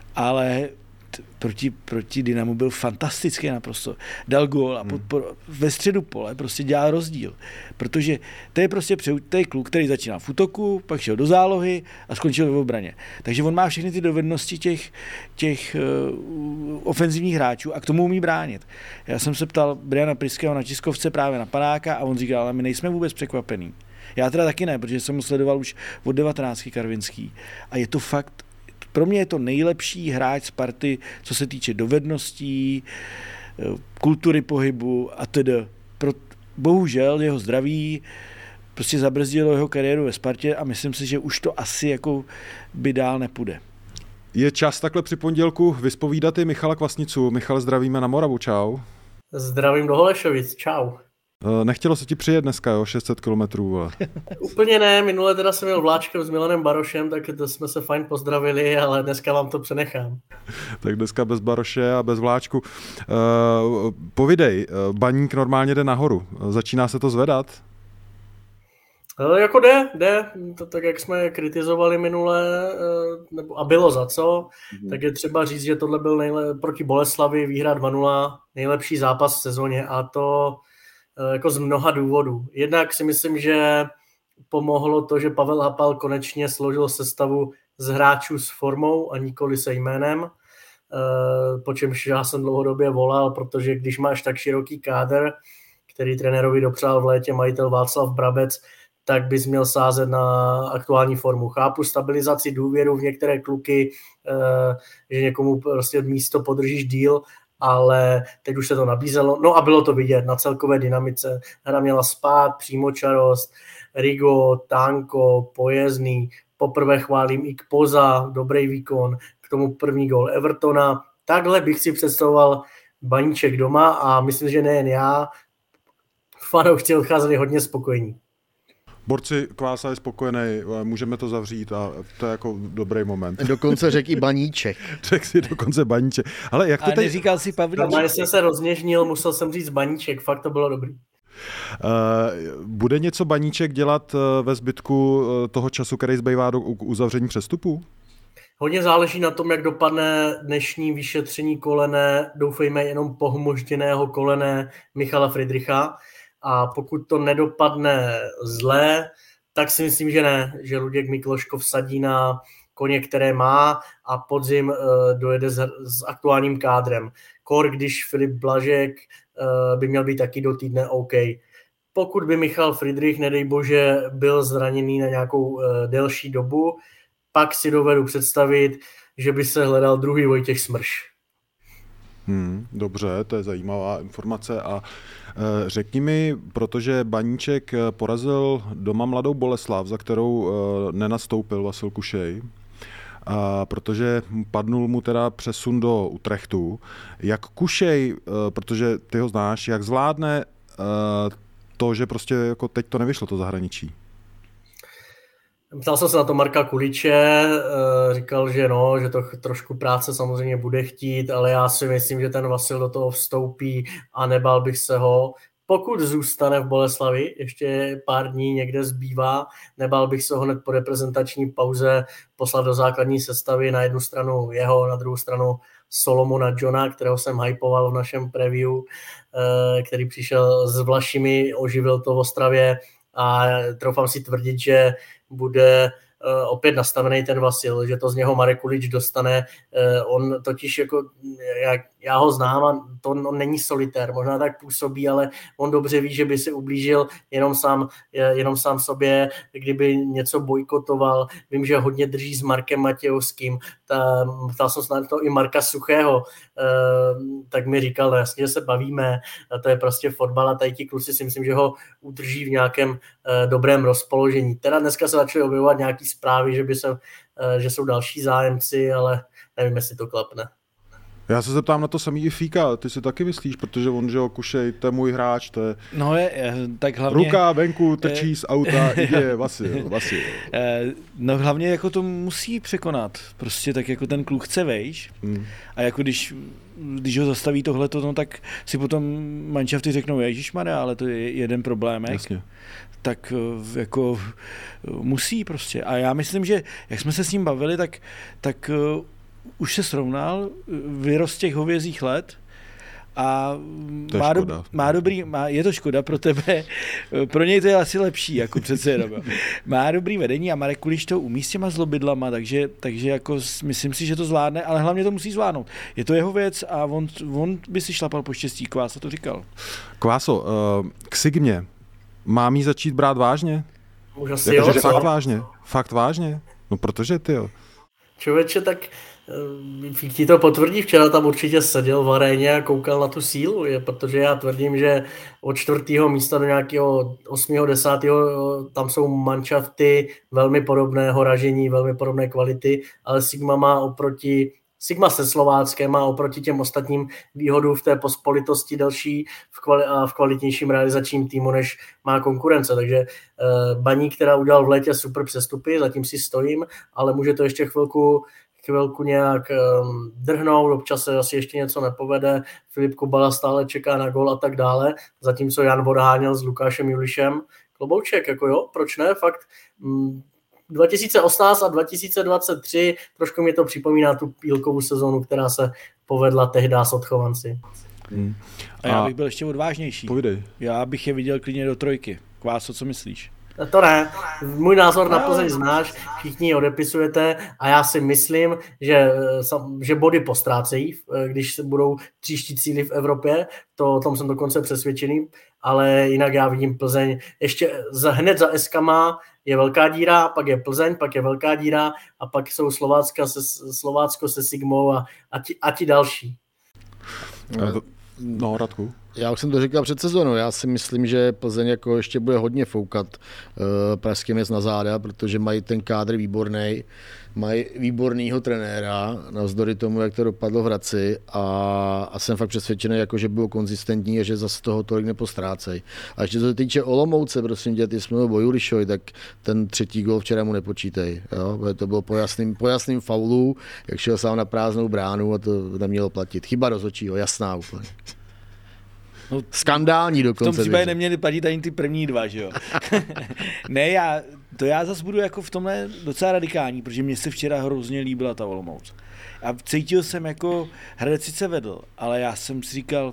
ale proti, proti Dynamu byl fantastický naprosto. Dal gól a podpor, ve středu pole prostě dělal rozdíl. Protože to je prostě to je kluk, který začínal v útoku, pak šel do zálohy a skončil v obraně. Takže on má všechny ty dovednosti těch, těch uh, ofenzivních hráčů a k tomu umí bránit. Já jsem se ptal Briana Priského na tiskovce právě na Panáka a on říkal, ale my nejsme vůbec překvapení. Já teda taky ne, protože jsem ho sledoval už od devatenáctky Karvinský. A je to fakt, pro mě je to nejlepší hráč Sparty, co se týče dovedností, kultury pohybu a tedy. Pro, bohužel jeho zdraví prostě zabrzdilo jeho kariéru ve Spartě a myslím si, že už to asi jako by dál nepůjde. Je čas takhle při pondělku vyspovídat i Michala Kvasnicu. Michal, zdravíme na Moravu, čau. Zdravím do Holešovic, čau. Nechtělo se ti přijet dneska, jo, šest set kilometrů. Úplně ne, minule teda jsem měl vláčkem s Milanem Barošem, tak to jsme se fajn pozdravili, ale dneska vám to přenechám. Tak dneska bez Baroše a bez vláčku. Uh, povidej, Baník normálně jde nahoru, začíná se to zvedat? E, jako jde, jde, to, tak jak jsme kritizovali minule, nebo, a bylo za co, mm. tak je třeba říct, že tohle byl nejle, proti Boleslavi výhra dva nula, nejlepší zápas v sezóně a to jako z mnoha důvodů. Jednak si myslím, že pomohlo to, že Pavel Hapal konečně složil sestavu z hráčů s formou a nikoli se jménem, po čemž já jsem dlouhodobě volal, protože když máš tak široký kádr, který trenérovi dopřál v létě majitel Václav Brabec, tak bys měl sázet na aktuální formu. Chápu stabilizaci, důvěru v některé kluky, že někomu prostě místo podržíš díl, ale teď už se to nabízelo. No a bylo to vidět na celkové dynamice. Hra měla spát, přímočarost, Rigo, Tanko, Pojezdný, poprvé chválím i Kpoza, dobrý výkon, k tomu první gól Evertona. Takhle bych si představoval Baníček doma a myslím, že nejen já, fanoušci odcházeli hodně spokojení. Borci, Kvása je spokojený, můžeme to zavřít a to je jako dobrý moment. Dokonce řekl i Baníček. Řekl si dokonce Baníček. Ale jak to teď... teď... neříkal si Pavlíček. No, jsem se rozněžnil, musel jsem říct Baníček, fakt to bylo dobrý. Uh, bude něco Baníček dělat ve zbytku toho času, který zbývá do uzavření přestupu? Hodně záleží na tom, jak dopadne dnešní vyšetření kolene, doufejme jenom pohmožděného kolene Michala Friedricha. A pokud to nedopadne zlé, tak si myslím, že ne, že Luděk Mikloško vsadí na koně, které má a podzim uh, dojede s, s aktuálním kádrem. Kor, když Filip Blažek uh, by měl být taky do týdne OK. Pokud by Michal Friedrich, nedej bože, byl zraněný na nějakou uh, delší dobu, pak si dovedu představit, že by se hledal druhý Vojtěch Smrš. Hmm, dobře, to je zajímavá informace a e, řekni mi, protože Baníček porazil doma Mladou Boleslav, za kterou e, nenastoupil Vasil Kušej, a protože padnul mu teda přesun do Utrechtu, jak Kušej, e, protože ty ho znáš, jak zvládne e, to, že prostě jako teď to nevyšlo to zahraničí? Ptal jsem se na to Marka Kuliče, říkal, že no, že to trošku práce samozřejmě bude chtít, ale já si myslím, že ten Vasil do toho vstoupí a nebál bych se ho. Pokud zůstane v Boleslavi, ještě pár dní někde zbývá, nebál bych se ho hned po reprezentační pauze poslat do základní sestavy, na jednu stranu jeho, na druhou stranu Solomona Johna, kterého jsem hypoval v našem preview, který přišel s Vlašimi, oživil to v Ostravě a troufám si tvrdit, že bude uh, opět nastavený ten Vasil, že to z něho Marek Kulič dostane. Uh, on totiž jako, jak já ho znám a to on není solitér, možná tak působí, ale on dobře ví, že by si ublížil jenom sám, jenom sám sobě, kdyby něco bojkotoval. Vím, že hodně drží s Markem Matějovským. Ptal jsem se na to i Marka Suchého, uh, tak mi říkal, jasně, že se bavíme, a to je prostě fotbal a tady ti kluci si myslím, že ho udrží v nějakém uh, dobrém rozpoložení. Teda dneska se začaly objevovat nějaký zprávy, že, by se, uh, že jsou další zájemci, ale nevím, jestli to klapne. Já se zeptám na to samý i Fíka, ty si taky myslíš, protože on, že ho Kušej, to je můj hráč, to je... No je, tak hlavně... Ruka venku, trčí z auta, jde Vasil, Vasil. No hlavně jako to musí překonat, prostě tak jako ten kluk chce, vejš, hmm. a jako když, když ho zastaví tohleto, no tak si potom manšafty řeknou, ježišmarja, ale to je jeden problémek. Jasně. Tak jako musí prostě. A já myslím, že jak jsme se s ním bavili, tak, tak už se srovnal, vyrost těch hovězích let a má, do, má dobrý, má, je to škoda pro tebe, pro něj to je asi lepší, jako přece jenom. Má dobrý vedení a Marek Kulič to umí s těma zlobidlama, takže, takže jako myslím si, že to zvládne, ale hlavně to musí zvládnout. Je to jeho věc a on, on by si šlapal po štěstí, Kvása to říkal. Kváso, k Sigmě, mám jí začít brát vážně? Už asi jako, jo, že co? fakt vážně, fakt vážně, no protože ty jo. Člověče, tak ti to potvrdí, včera tam určitě seděl v aréně a koukal na tu sílu, je, protože já tvrdím, že od čtvrtého místa do nějakého osmého, desátého tam jsou manšafty velmi podobného ražení, velmi podobné kvality, ale Sigma má oproti Sigma se Slováckem má oproti těm ostatním výhodu v té pospolitosti delší v kvali- a v kvalitnějším realizačním týmu, než má konkurence. Takže eh, Baník, která udělal v létě super přestupy, zatím si stojím, ale může to ještě chvilku, chvilku nějak eh, drhnout, občas se asi ještě něco nepovede, Filip Kubala stále čeká na gól a tak dále, zatímco Jan odháněl s Lukášem Julišem. Klobouček, jako jo, proč ne, fakt... Mm, dva tisíce osmnáct a dva tisíce dvacet tři, trošku mi to připomíná tu pílkovou sezonu, která se povedla tehdy s Odchovanci. Hmm. A já bych byl ještě odvážnější. Povídej. Já bych je viděl klidně do trojky. Kváso, co myslíš? To ne. Můj názor na Plzeň znáš, všichni ji odepisujete a já si myslím, že, že body postrácejí, když se budou příští cíly v Evropě, to o tom jsem dokonce přesvědčený, ale jinak já vidím Plzeň ještě za, hned za Eskama je velká díra, pak je Plzeň, pak je velká díra a pak jsou Slovácka se, Slovácko se Sigmou a, a, ti, a ti další. No, no, Radku. Já už jsem to říkal před sezónou, já si myslím, že Plzeň jako ještě bude hodně foukat uh, pražský měst na záda, protože mají ten kádr výborný, mají výborného trenéra, navzdory tomu, jak to dopadlo v Hradci a, a jsem fakt přesvědčený, jako, že bylo konzistentní a že zase toho tolik nepostrácej. A ještě co se týče Olomouce, prosím tě, ty jsme mluvil o Julišovi, tak ten třetí gól včera mu nepočítej. Jo? To bylo po jasným, po jasným faulu, jak šel sám na prázdnou bránu a to nemělo platit. Chyba rozhodčího, jasná úplně. No, skandální dokonce. V tom případě neměli platit ani ty první dva, že jo? Ne, já, to já zase budu jako v tomhle docela radikální, protože mě se včera hrozně líbila ta Olomouc. A cítil jsem jako, Hradec sice vedl, ale já jsem si říkal,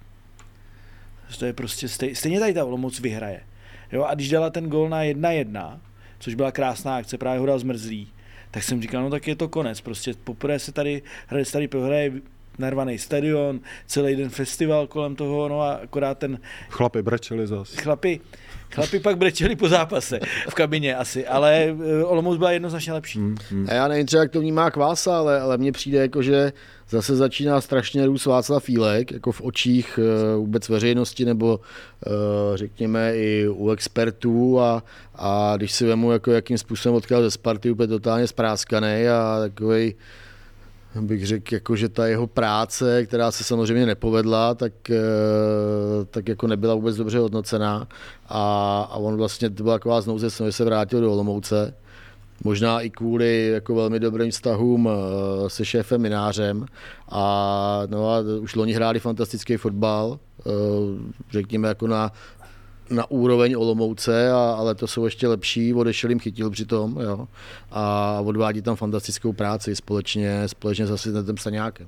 že to je prostě stej, stejně tady ta Olomouc vyhraje. Jo? A když dala ten gól na jedna jedna, což byla krásná akce, právě ho dal Zmrzlý, tak jsem říkal, no tak je to konec, prostě poprvé se tady, Hradec tady prohraje, narvaný stadion, celý den festival kolem toho, no a akorát ten... Chlapi brečeli zase. Chlapi, chlapi pak brečeli po zápase v kabině asi, ale Olomouc byla jednoznačně lepší. Hmm, hmm. A já nevím třeba, jak to vnímá Kvása, ale, ale mně přijde jako, že zase začíná strašně růst Václav Fílek, jako v očích uh, vůbec veřejnosti nebo uh, řekněme i u expertů a, a když si vemu, jako, jakým způsobem odkázal ze Sparty, úplně totálně spráskaný a takovej bych řekl, jako, že ta jeho práce, která se samozřejmě nepovedla, tak, tak jako nebyla vůbec dobře hodnocená a, a on vlastně to byla taková znouze, že se vrátil do Olomouce. Možná i kvůli jako velmi dobrým vztahům se šéfem Minářem a, no a už loni hráli fantastický fotbal, řekněme jako na na úroveň Olomouce, a, ale to jsou ještě lepší, odešel jim Chytil přitom, jo, a odvádí tam fantastickou práci společně, společně s asistentem Staňákem.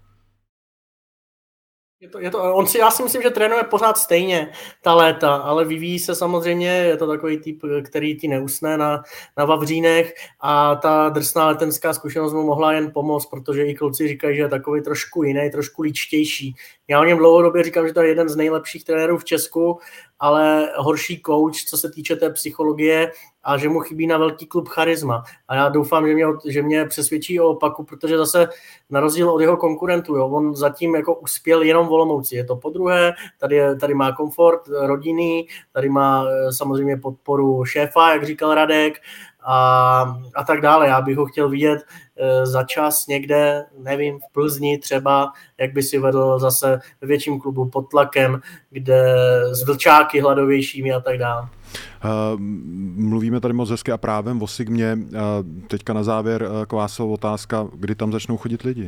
Je to, je to, on si, já si myslím, že trénuje pořád stejně ta léta, ale vyvíjí se samozřejmě, je to takový typ, který ti neusne na, na vavřínech a ta drsná letenská zkušenost mu mohla jen pomoct, protože i kluci říkají, že je takový trošku jiný, trošku líčtější. Já o něm dlouhodobě říkám, že to je jeden z nejlepších trenérů v Česku, ale horší coach, co se týče té psychologie a že mu chybí na velký klub charisma. A já doufám, že mě, že mě přesvědčí o opaku, protože zase na rozdíl od jeho konkurentů, jo, on zatím jako uspěl jenom v Olomouci. Je to podruhé, tady, je, tady má komfort rodinný, tady má samozřejmě podporu šéfa, jak říkal Radek, a, a tak dále. Já bych ho chtěl vidět e, za čas někde, nevím, v Plzni třeba, jak by si vedl zase ve větším klubu pod tlakem, kde s vlčáky hladovějšími a tak dále. Uh, mluvíme tady moc hezky a právem o Sigmě. Uh, teďka na závěr uh, Kvásov otázka, kdy tam začnou chodit lidi?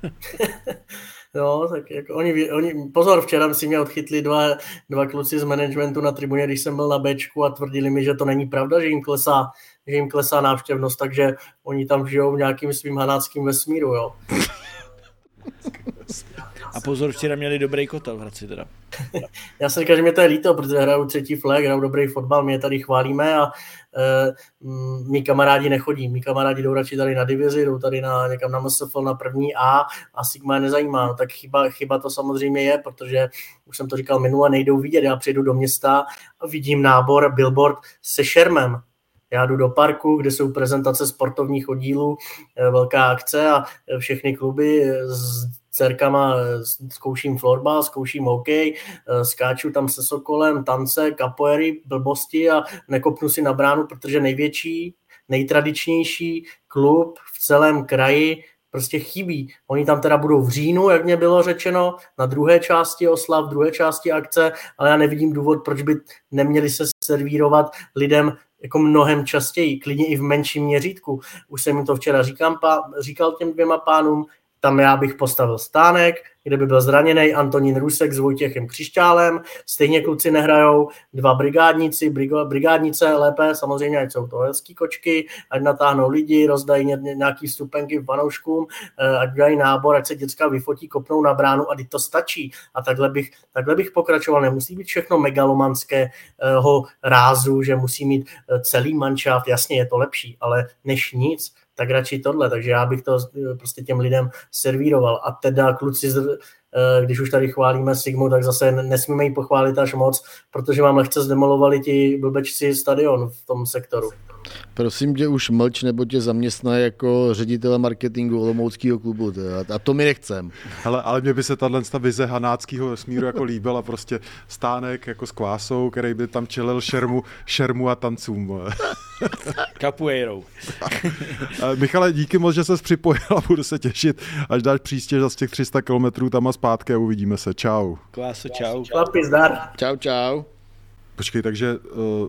No, tak jako oni, oni, pozor, včera si mě odchytli dva, dva kluci z managementu na tribuně, když jsem byl na Bčku a tvrdili mi, že to není pravda, že jim klesá že jim klesá návštěvnost, takže oni tam žijou v nějakým svým hanáckým vesmíru, jo. A pozor, včera měli dobrý kotel v Hradci teda. Já si říkám, že mě to je líto, protože hrajou třetí flag, hrajou dobrý fotbal, my je tady chválíme a e, mý kamarádi nechodí. Mý kamarádi jdou radši tady na divizi, jdou tady na, někam na M S F na první A a Sigma je nezajímá. No, tak chyba, chyba to samozřejmě je, protože už jsem to říkal minule, nejdou vidět. Já přijdu do města a vidím nábor, billboard se šermem. Já jdu do parku, kde jsou prezentace sportovních oddílů, velká akce a všechny kluby s dcerkama zkouším florbal, zkouším hokej, skáču tam se Sokolem, tance, kapoery, blbosti a nekopnu si na bránu, protože největší, nejtradičnější klub v celém kraji prostě chybí. Oni tam teda budou v říjnu, jak mě bylo řečeno, na druhé části oslav, druhé části akce, ale já nevidím důvod, proč by neměli se servírovat lidem jako mnohem častěji, klidně i v menším měřítku. Už jsem jim to včera říkám, pá, říkal těm dvěma pánům, tam já bych postavil stánek, kde by byl zraněný Antonín Rusek s Vojtěchem Křišťálem, stejně kluci nehrajou, dva brigádníci, brigo, brigádnice lépe, samozřejmě, ať jsou to hezký kočky, ať natáhnou lidi, rozdají ně, nějaký vstupenky fanouškům, ať dají nábor, ať se děcka vyfotí, kopnou na bránu a teď to stačí. A takhle bych, takhle bych pokračoval. Nemusí být všechno megalomanského rázu, že musí mít celý manšaft, jasně je to lepší, ale než nic, tak radši tohle, takže já bych to prostě těm lidem servíroval. A teda kluci, když už tady chválíme Sigmu, tak zase nesmíme jí pochválit až moc, protože vám lehce zdemolovali ti blbečci stadion v tom sektoru. Prosím tě, už mlč, nebo tě zaměstná jako ředitele marketingu olomouckého klubu. Teda. A to my nechcem. Hele, ale mně by se tato vize hanáckého vesmíru jako líbila, prostě stánek jako s kvásou, který by tam čelil šermu, šermu a tancům. Capoeirou. Michale, díky moc, že ses připojil a budu se těšit, až dáš příště za těch tři sta kilometrů tam a zpátky a uvidíme se. Čau. Kláso, čau. Chlapi, zdar. Čau, čau. Počkej, takže uh,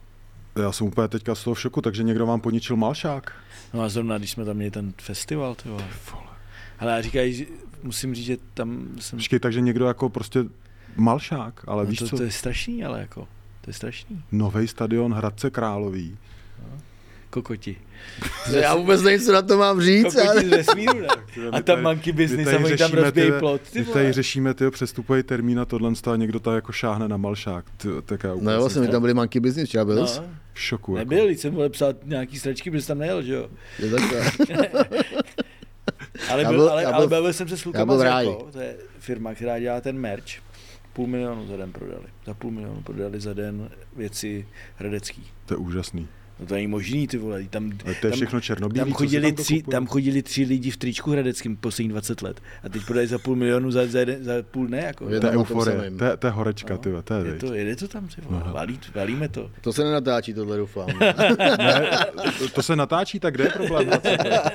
já jsem úplně teďka z toho v šoku, takže někdo vám poničil malšák? No a zrovna, když jsme tam měli ten festival, ty vole. Ale já říkají, musím říct, že tam jsem... Počkej, takže někdo jako prostě malšák, ale no víš to, co? To je strašný, ale jako, to je strašný. Novej stadion Hradce Králové. No. Kokoti. Já vůbec nevím, co na to mám říct. Kokoti ale... z vesmíru, ne? A tam monkey business a oni tam rozbějí plot. My tady řešíme tyho přestupový termín a tohle a někdo tady jako šáhne na malšák. Ty, tak já no jo, vlastně tam byli monkey business, třeba byl jsi? No. V šoku. Nebyl, jako. jsem vole psát nějaký stračky, protože jsem tam nejel, že jo? Je takhle. ale, byl, byl, ale, byl, ale bavil jsem se s Lukama Zrako, to je firma, která dělá ten merch. Půl milionu za den prodali. Za půl milionu prodali za den věci hradecký. To je úžasný. No to není možný, ty vole. Tam, ale to je všechno černobílý, tam chodili, tam, tři, tam chodili tři lidi v tričku hradeckým poslední dvacet let. A teď prodají za půl milionu za, za, za půl ne. Jako. To je euforie, to je, to je horečka, no, ty to je, je to, jede to tam, ty vole. Valí, valíme to. To se nenatáčí, tohle doufám. ne, to, to se natáčí, tak kde je problém Hradce?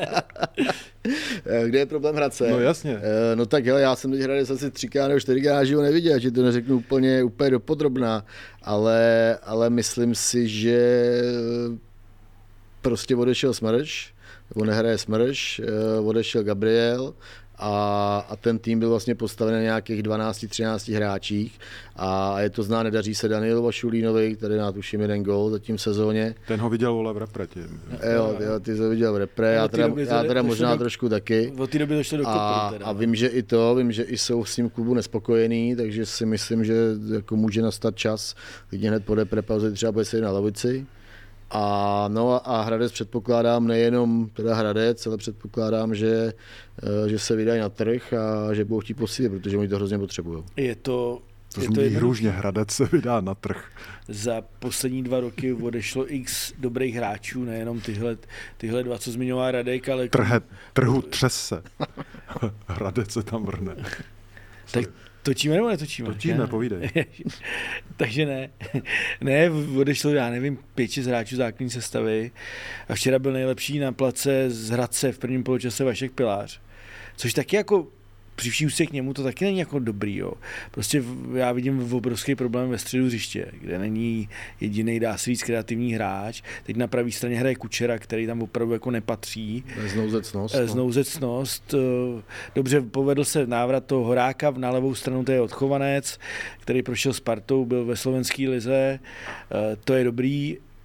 Kde je problém Hradce? No jasně. No tak hele, já jsem teď Hradec asi třikrát nebo čtyřikrát živo neviděl, že to neřeknu úplně, úplně dopodrobná, ale, ale myslím si, že prostě odešel Smrš, nebo nehraje Smrš, odešel Gabriel a, a ten tým byl vlastně postaven na nějakých dvanáct třináct hráčích a je to zná, nedaří se Daniel Vašulínovi, který má tuším jeden gól zatím v sezóně. Ten ho viděl vole v repre. Tě. Jo, jo, ty jsi ho viděl v repre, já teda, já teda možná do, trošku taky. Od té doby došlo do a, teda. A vím, že i to, vím, že i jsou s tím klubu nespokojený, takže si myslím, že jako může nastat čas, klidně hned po repre pauze třeba bude sedět na lavici. A, no a Hradec předpokládám nejenom teda Hradec, ale předpokládám, že, že se vydají na trh a že budou chtít posílit, protože oni to hrozně potřebují. Je to... To je zní hrůžně, Hradec se vydá na trh. Za poslední dva roky odešlo x dobrých hráčů, nejenom tyhle, tyhle dva, co zmiňoval Radek, ale... Trhe, trhu třes se. Hradec se tam vrne. Tak točíme nebo netočíme? Točíme, ne? Povídej. Takže ne. Ne, odešlo, já nevím, pět, šest hráčů základní sestavy a včera byl nejlepší na place z Hradce v prvním poločase Vašek Pilář. Což taky jako při vší úctě k němu to taky není jako dobrý. Jo. Prostě já vidím obrovský problém ve středu hřiště, kde není jediný, dá se víc, kreativní hráč. Teď na pravé straně hraje Kučera, který tam opravdu jako nepatří. Znouzecnost. No. Znouzecnost. Dobře, povedl se návrat toho Horáka, na levou stranu to je Odchovanec, který prošel Spartou, byl ve slovenské lize. To je dobrý.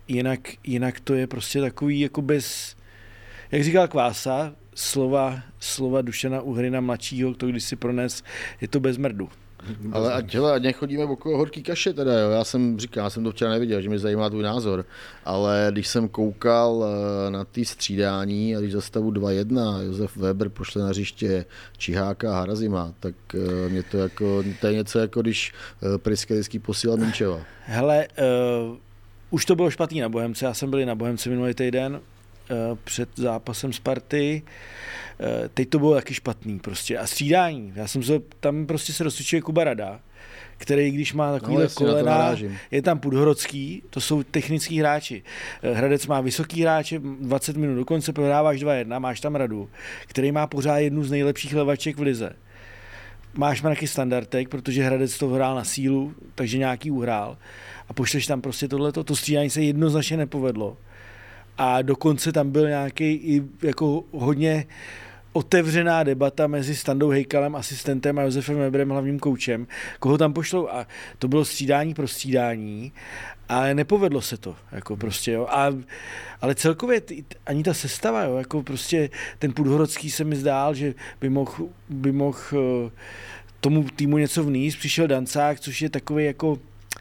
jinak, jinak to je prostě takový jako bez, jak říkal Kvása, slova, slova Dušana Uhryna mladšího, to když si prones, je to bez mrdu. Ale ať, hele, ať nechodíme okolo horký kaše teda, jo. Já jsem říkal, já jsem to včera neviděl, že mě zajímá tvůj názor, ale když jsem koukal na ty střídání a když za stavu dva jedna Josef Weber pošle na hřiště Čiháka a Harazima, tak mě to jako, to je něco jako když Pryskyryský posílal Minčeva. Hele, uh, už to bylo špatný na Bohemce, já jsem byl na Bohemce minulý týden uh, před zápasem Sparty. Teď to bylo taky špatný prostě. A střídání. Já jsem se, tam prostě se rozcvičuje Kuba Rada, který když má takovýhle no, kolena, je tam Podhorodský, to jsou technický hráči. Hradec má vysoký hráče, dvacet minut do konce prohráváš dva jedna, máš tam Radu, který má pořád jednu z nejlepších levaček v lize. Máš mraky standardek, protože Hradec to hrál na sílu, takže nějaký uhrál. A pošleš tam prostě tohleto, to střídání se jednoznačně nepovedlo. A dokonce tam byl nějaký i jako hodně otevřená debata mezi Standou Hejkalem, asistentem a Josefem Weberem, hlavním koučem, koho tam pošlou. A to bylo střídání pro střídání, ale nepovedlo se to. Jako prostě, jo. A, ale celkově t, ani ta sestava, jo, jako prostě ten Podhorodský se mi zdál, že by mohl by mohl tomu týmu něco vníst. Přišel Dancák, což je takový jako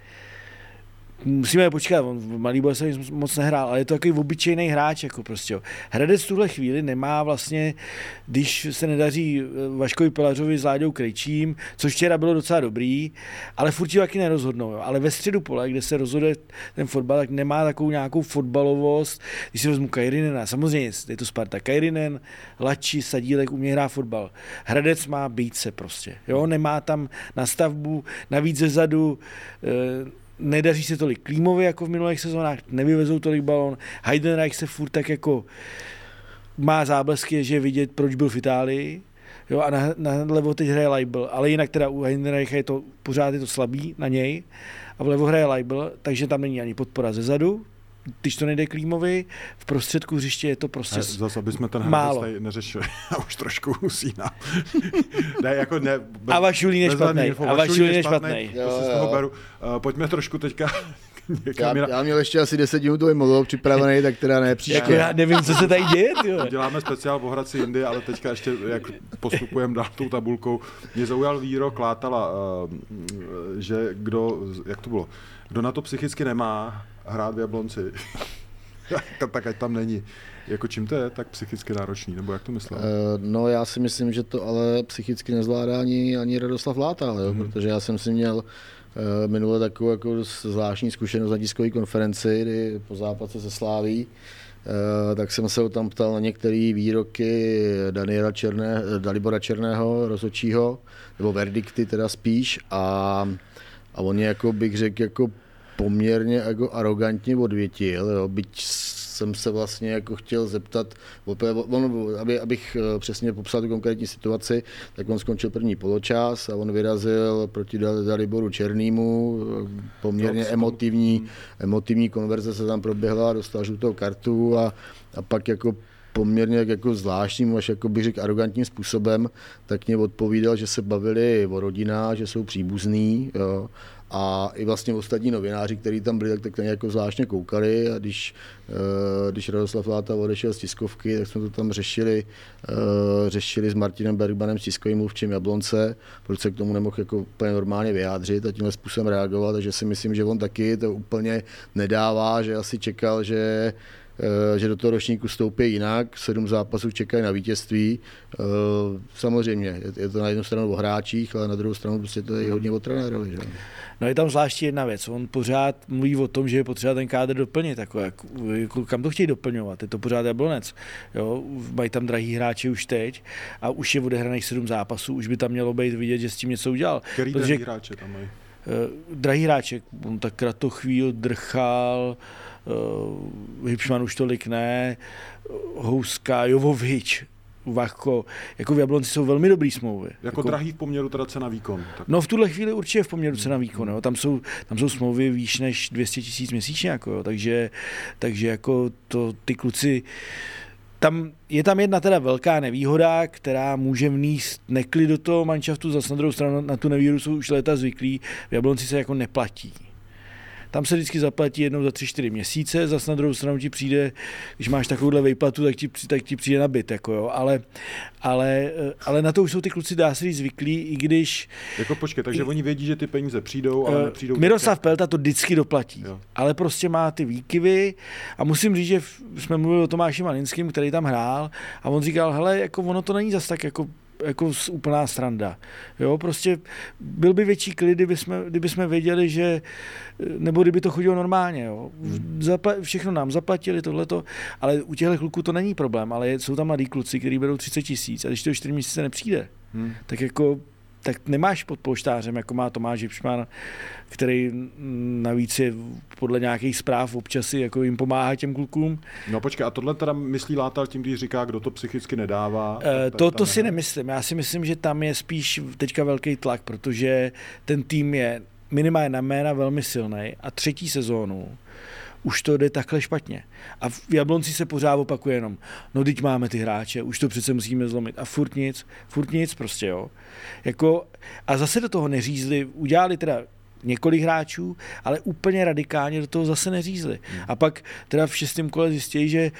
musíme počkat, on v Malý Boleslavi moc nehrál, ale je to takový obyčejný hráč, jako prostě. Jo. Hradec v tuhle chvíli nemá vlastně, když se nedaří Vaškovi Pelařovi s Láďou Krejčím, což včera bylo docela dobrý, ale furt taky nerozhodnou. Jo. Ale ve středu pole, kde se rozhoduje ten fotbal, tak nemá takovou nějakou fotbalovost. Když si vezmu Kajrinena, samozřejmě je to Sparta, Kajrinen, Lači, Sadílek umějí hrát fotbal. Hradec má bejce prostě. Jo. Nemá tam nastavbu, navíc zezadu, e, nedaří se tolik Klímovi jako v minulých sezónách, nevyvezou tolik balón. Heidenreich se furt tak jako má záblesky, že je vidět, proč byl v Itálii. Jo, a na, na levo teď hraje Leibl, ale jinak teda u Heidenreicha je to pořád je to slabý na něj a vlevo hraje Leibl, takže tam není ani podpora ze zadu. Když to nejde Klímovi, v prostředku hřiště je to prostě zase, aby jsme ten málo. Hradec neřešili. Já už trošku usínám. ne, jako ne, bez, a Vašulín je špatnej. A Vašulín je špatnej. To si z toho beru. Uh, pojďme trošku teďka já, já měl ještě asi deset minutový monolog připravený, tak teda ne příště. Jako já nevím, co se tady děje. Tyjo. Děláme speciál o Hradci jindy, ale teďka ještě, jak postupujeme dál tou tabulkou, mě zaujal výrok Látala, uh, že kdo, jak to bylo, kdo na to psychicky nemá hrát v Jablonci, tak ať tam není. Jako čím to je tak psychicky náročný, nebo jak to myslel? No já si myslím, že to ale psychicky nezvládá ani, ani Radoslav Látal, jo? Hmm. Protože já jsem si měl uh, minule takovou jako zvláštní zkušenost na tiskové konferenci, kdy po zápase se Sláví, uh, tak jsem se ho tam ptal na některé výroky Daniela Černé, Dalibora Černého, rozhodčího, nebo verdikty teda spíš, a, a on je, jako bych řekl, jako poměrně jako arrogantně odvětil, jo, byť jsem se vlastně jako chtěl zeptat, on, aby, abych přesně popsal tu konkrétní situaci, tak on skončil první poločas a on vyrazil proti Daliboru Černýmu, poměrně emotivní, emotivní konverze se tam proběhla, dostal žlutou kartu a, a pak jako poměrně jako zvláštním, až jako bych řekl arrogantním způsobem, tak mě odpovídal, že se bavili o rodinách, že jsou příbuzní, jo. A i vlastně ostatní novináři, kteří tam byli, tak, tak jako zvláštně koukali, a když, když Radoslav Láta odešel z tiskovky, tak jsme to tam řešili, řešili s Martinem Bergmanem, s tiskovým mluvčím Jablonce, proč se k tomu nemohl jako úplně normálně vyjádřit a tímhle způsobem reagovat, takže si myslím, že on taky to úplně nedává, že asi čekal, že že do toho ročníku stoupí jinak, sedm zápasů čekají na vítězství. Samozřejmě, je to na jednu stranu o hráčích, ale na druhou stranu prostě to je hodně o trenérovi. Že? No je tam zvláště jedna věc, on pořád mluví o tom, že je potřeba ten kádr doplnit, jako, jako, kam to chtějí doplňovat, je to pořád Jablonec. Jo? Mají tam drahý hráči už teď a už je odehraných sedm zápasů, už by tam mělo být vidět, že s tím něco udělal. Který protože, drahý hráče tam mají? Uh, drahý hráček, on tak Kratochvíl, Drchal, uh, Hipšman už tolik ne, Houska, Jovovič, Vachko, jako v Jablonci jsou velmi dobrý smlouvy. Jako, jako drahý v poměru teda cena výkon. Tak. No v tuhle chvíli určitě v poměru cena výkon, jo. Tam jsou, tam jsou smlouvy výš než dvě stě tisíc měsíčně, jako, jo. Takže, takže jako to ty kluci, tam, je tam jedna teda velká nevýhoda, která může vníst neklid do toho manšaftu, zase na druhou stranu na tu nevýhodu jsou už léta zvyklí, v Jablonci se jako neplatí. tam se vždycky zaplatí jednou za tři, čtyři měsíce, zas na druhou stranu ti přijde, když máš takovouhle výplatu, tak ti, tak ti přijde na byt, jako jo, ale, ale, ale na to už jsou ty kluci, dá se říct, zvyklí, i když... Jako počkej, takže i, oni vědí, že ty peníze přijdou, ale nepřijdou... Miroslav tak... Pelta to vždycky doplatí, jo. ale prostě má ty výkyvy a musím říct, že jsme mluvili o Tomáši Malinským, který tam hrál a on říkal, hele, jako ono to není zas tak jako jako úplná sranda. Jo, prostě byl by větší klid, kdyby jsme, kdyby jsme věděli, že, nebo kdyby to chodilo normálně, jo. Zapla- všechno nám zaplatili, tohleto, ale u těchto kluků to není problém, ale jsou tam mladí kluci, kteří berou třicet tisíc a když to čtyři měsíce nepřijde, hmm. tak jako tak nemáš pod polštářem, jako má Tomáš Hipšman, který navíc je podle nějakých zpráv občas jako jim pomáhá těm klukům. No počkej, a tohle teda myslí Látal tím, když říká, kdo to psychicky nedává? E, to to si nemyslím. Já si myslím, že tam je spíš teďka velký tlak, protože ten tým je minimálně na jména velmi silný a třetí sezónu už to jde takhle špatně. A v Jablonci se pořád opakuje jenom, no teď máme ty hráče, už to přece musíme zlomit. A furt nic, furt nic prostě, jo. Jako, a zase do toho neřízli, udělali teda několik hráčů, ale úplně radikálně do toho zase neřízli. Hmm. A pak teda v šestém kole zjistili, že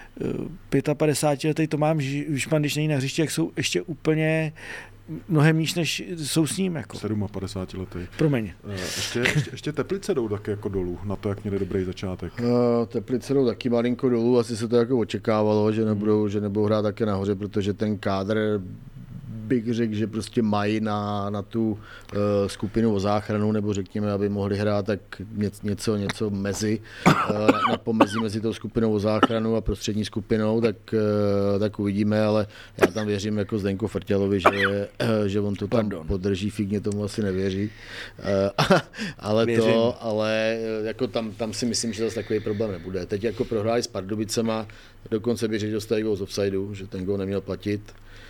padesátipětiletý Tomáš Hipšman, když není na hřišti, jak jsou ještě úplně mnohem níž, než jsou s ním. Jako. padesát sedm letý. Promiň. Ještě, ještě, ještě Teplice jdou taky jako dolů, na to, jak měli dobrý začátek. Uh, Teplice jdou taky malinko dolů, asi se to jako očekávalo, že nebudou, že nebudou hrát také nahoře, protože ten kádr bych řekl, že prostě mají na, na tu uh, skupinu o záchranu, nebo řekněme, aby mohli hrát tak něco, něco mezi, uh, na pomezí mezi tou skupinou o záchranu a prostřední skupinou, tak, uh, tak uvidíme, ale já tam věřím jako Zdenko Frtělovi, že, uh, že on to tam Pardon. podrží, figně tomu asi nevěří. Uh, ale věřím. to, ale jako tam, tam si myslím, že zase takový problém nebude. Teď jako prohráli s Pardubicema, dokonce bych řekl, že dostali gól z offsideu, že ten gól neměl platit.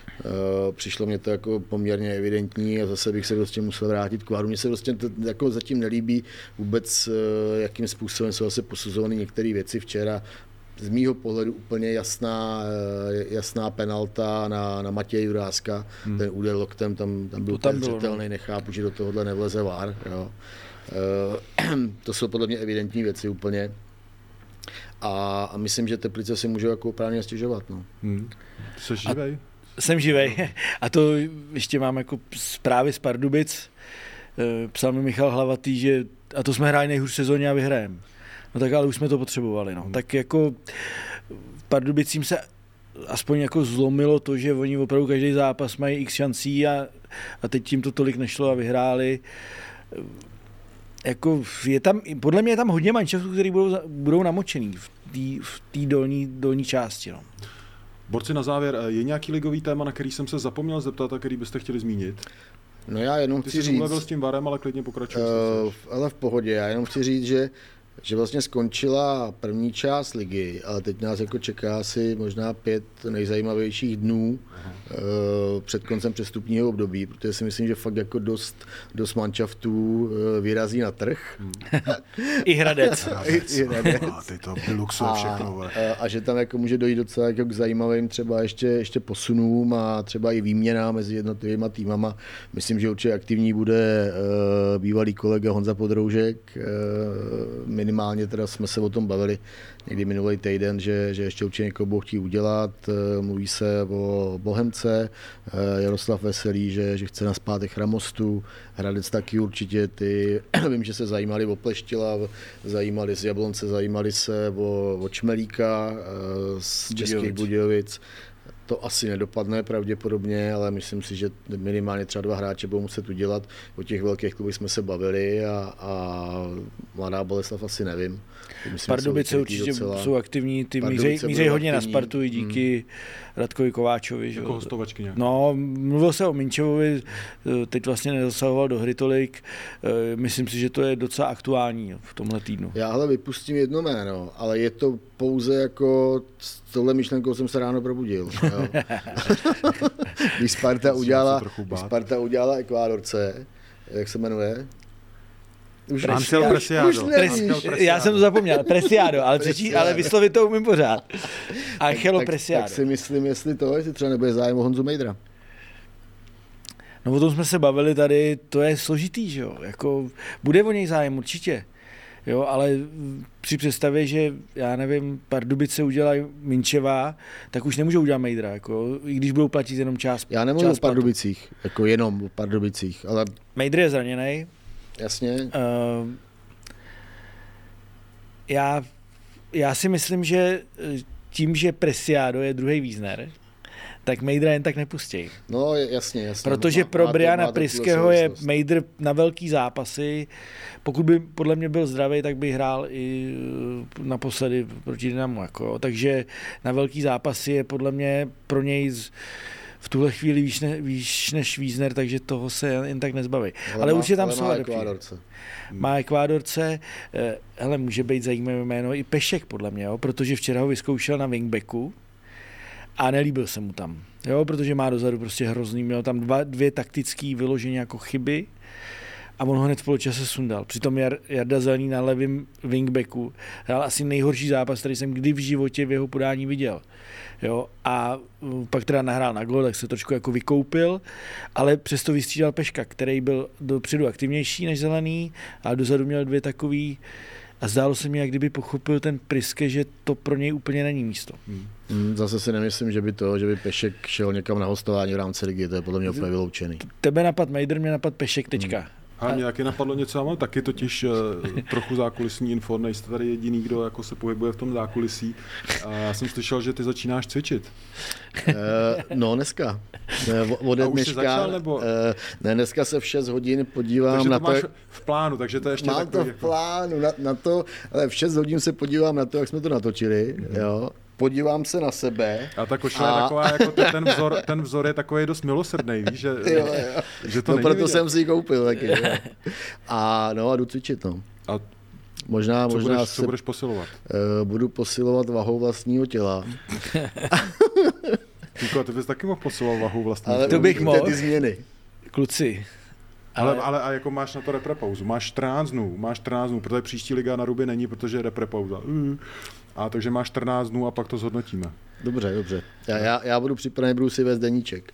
Uh, přišlo mě to jako poměrně evidentní a zase bych se prostě musel vrátit k váru. Mně se prostě to jako zatím nelíbí vůbec, uh, jakým způsobem jsou zase posuzovány některé věci. Včera z mýho pohledu úplně jasná, uh, jasná penalta na, na Matěje Juráska. Hmm. Ten úder loktem tam, tam byl zřetelný, nechápu, že do tohohle nevleze vár. Jo. Uh, to jsou podle mě evidentní věci úplně. A, a myslím, že Teplice si můžou jako oprávně stěžovat. No. Hmm. Jsi živej? Jsem živej. A to ještě mám jako zprávy z Pardubic. Psal mi Michal Hlavatý, že a to jsme hráli nejhůř sezóně a vyhrajeme. No tak ale už jsme to potřebovali. No. Tak jako v Pardubicím se aspoň jako zlomilo to, že oni opravdu každý zápas mají x šancí a, a teď tím to tolik nešlo a vyhráli. Jako je tam, podle mě je tam hodně manšaftů, který budou, budou namočený v té dolní, dolní části. No. Borci, na závěr, je nějaký ligový téma, na který jsem se zapomněl zeptat a který byste chtěli zmínit? No já jenom Ty chci jsi říct... Ty s tím varem, ale klidně pokračuj. Uh, ale v pohodě, já jenom chci říct, že že vlastně skončila první část ligy, ale teď nás jako čeká asi možná pět nejzajímavějších dnů uh, před koncem přestupního období, protože si myslím, že fakt jako dost, dost manšaftů uh, vyrazí na trh. Hmm. I Hradec. I, i Hradec. A ty to luxuje všechno. A, a že tam jako může dojít docela jako k zajímavým třeba ještě, ještě posunům a třeba i výměna mezi jednotlivými týmama. Myslím, že určitě aktivní bude uh, bývalý kolega Honza Podroužek, uh, minimálně teda jsme se o tom bavili někdy minulý týden, že, že ještě určitě někoho budou chtít udělat. Mluví se o Bohemce, Jaroslav Veselý, že, že chce nazpátek Chramostu, Hradec taky určitě, ty, vím, že se zajímali o Pleštila, zajímali z Jablonce, zajímali se o, o Čmelíka z Českých Budějovic. To asi nedopadne pravděpodobně, ale myslím si, že minimálně třeba dva hráče budou muset udělat. O těch velkých klubech jsme se bavili a, a Mladá Boleslav asi nevím. Pardubice určitě docela... jsou aktivní, ty mířejí hodně aktivní. Na Spartu i díky hmm. Radkovi Kováčovi. Jako hostovačky nějak. No, mluvil se o Minčevovi, teď vlastně nezasahoval do hry tolik. Myslím si, že to je docela aktuální v tomhle týdnu. Já hele vypustím jedno jméno, ale je to pouze jako s touhle myšlenkou jsem se ráno probudil. Když Sparta udělala, když Sparta udělala Ekvádorce, jak se jmenuje? Už Ansel Preciado. Já jsem to zapomněl, Preciado, ale, třetí, ale vyslovit to umím pořád. Angelo Preciado. Tak si myslím, jestli to, jestli třeba nebude zájem o Honzu Mejdra. No o tom jsme se bavili tady, to je složitý, že jo, jako bude o něj zájem určitě. Jo, ale při představě, že já nevím, Pardubice udělají Minčevá, tak už nemůžou udělat Mejdra, jako, i když budou platit jenom část. Já nemluvím o Pardubicích, jako jenom o Pardubicích, ale... Mejdr je zraněný. Jasně. Uh, já, já si myslím, že tím, že Preciado je druhý Wiesner, tak Mejdra jen tak nepustí. No jasně, jasně. Protože má, pro má Briana to, Priského je Mejdr na velký zápasy. Pokud by podle mě byl zdravý, tak by hrál i naposledy proti Dynamu. Jako. Takže na velký zápasy je podle mě pro něj z, v tuhle chvíli výš, ne, výš než Wiesner, takže toho se jen tak nezbaví. Ale, ale určitě tam jsou má Ekvádorce. Má Ekvádorce, hele, může být zajímavé jméno i Pešek podle mě, jo, protože včera ho vyzkoušel na wingbacku a nelíbil se mu tam, jo, protože má dozadu prostě hrozný, měl tam dva, dvě taktický vyložení jako chyby a on ho hned v poločase sundal. Přitom Jar, Jarda Zelený na levém wingbacku hrál asi nejhorší zápas, který jsem kdy v životě v jeho podání viděl. Jo, a pak teda nahrál na gól, tak se trošku jako vykoupil, ale přesto vystřídal Peška, který byl dopředu aktivnější než Zelený a dozadu měl dvě takový a zdálo se mi, jak kdyby pochopil ten Priske, že to pro něj úplně není místo. Hmm, zase si nemyslím, že by to, že by Pešek šel někam na hostování v rámci ligy, to je podle mě úplně vyloučený. Tebe napad Mejdr, mě napad Pešek, tečka. Hmm. A mě taky napadlo něco, ale taky totiž uh, trochu zákulisní info, nejste tady jediný, kdo jako se pohybuje v tom zákulisí. A já jsem slyšel, že ty začínáš cvičit. Uh, no dneska. Ode dneška, začal, nebo? Uh, ne, dneska se v šest hodin podívám takže na to. to, máš v plánu, takže to je ještě mám takový. Mám to v plánu, na, na to, ale v šest hodin se podívám na to, jak jsme to natočili, mm. jo. Podívám se na sebe. A ta košile a... je taková, jako ten vzor, ten vzor je takový dost milosrdný, víš, že, jo, jo. že to no, není proto vidět. jsem si ji koupil taky. Jo. A no a jdu cvičit, no. A možná, co, možná budeš, se, co budeš posilovat? Uh, budu posilovat vahou vlastního těla. Týko, ty bys taky mohl posilovat vahou vlastního těla. To bych mohl. Ty změny. Kluci. Ale, ale a jako máš na to repre pauzu, máš čtrnáct dnů, máš čtrnáct dnů, protože příští liga na ruby není, protože je repre pauza. A takže máš čtrnáct dnů a pak to zhodnotíme. Dobře, dobře. Já, já, já budu připravený, budu si vést deníček.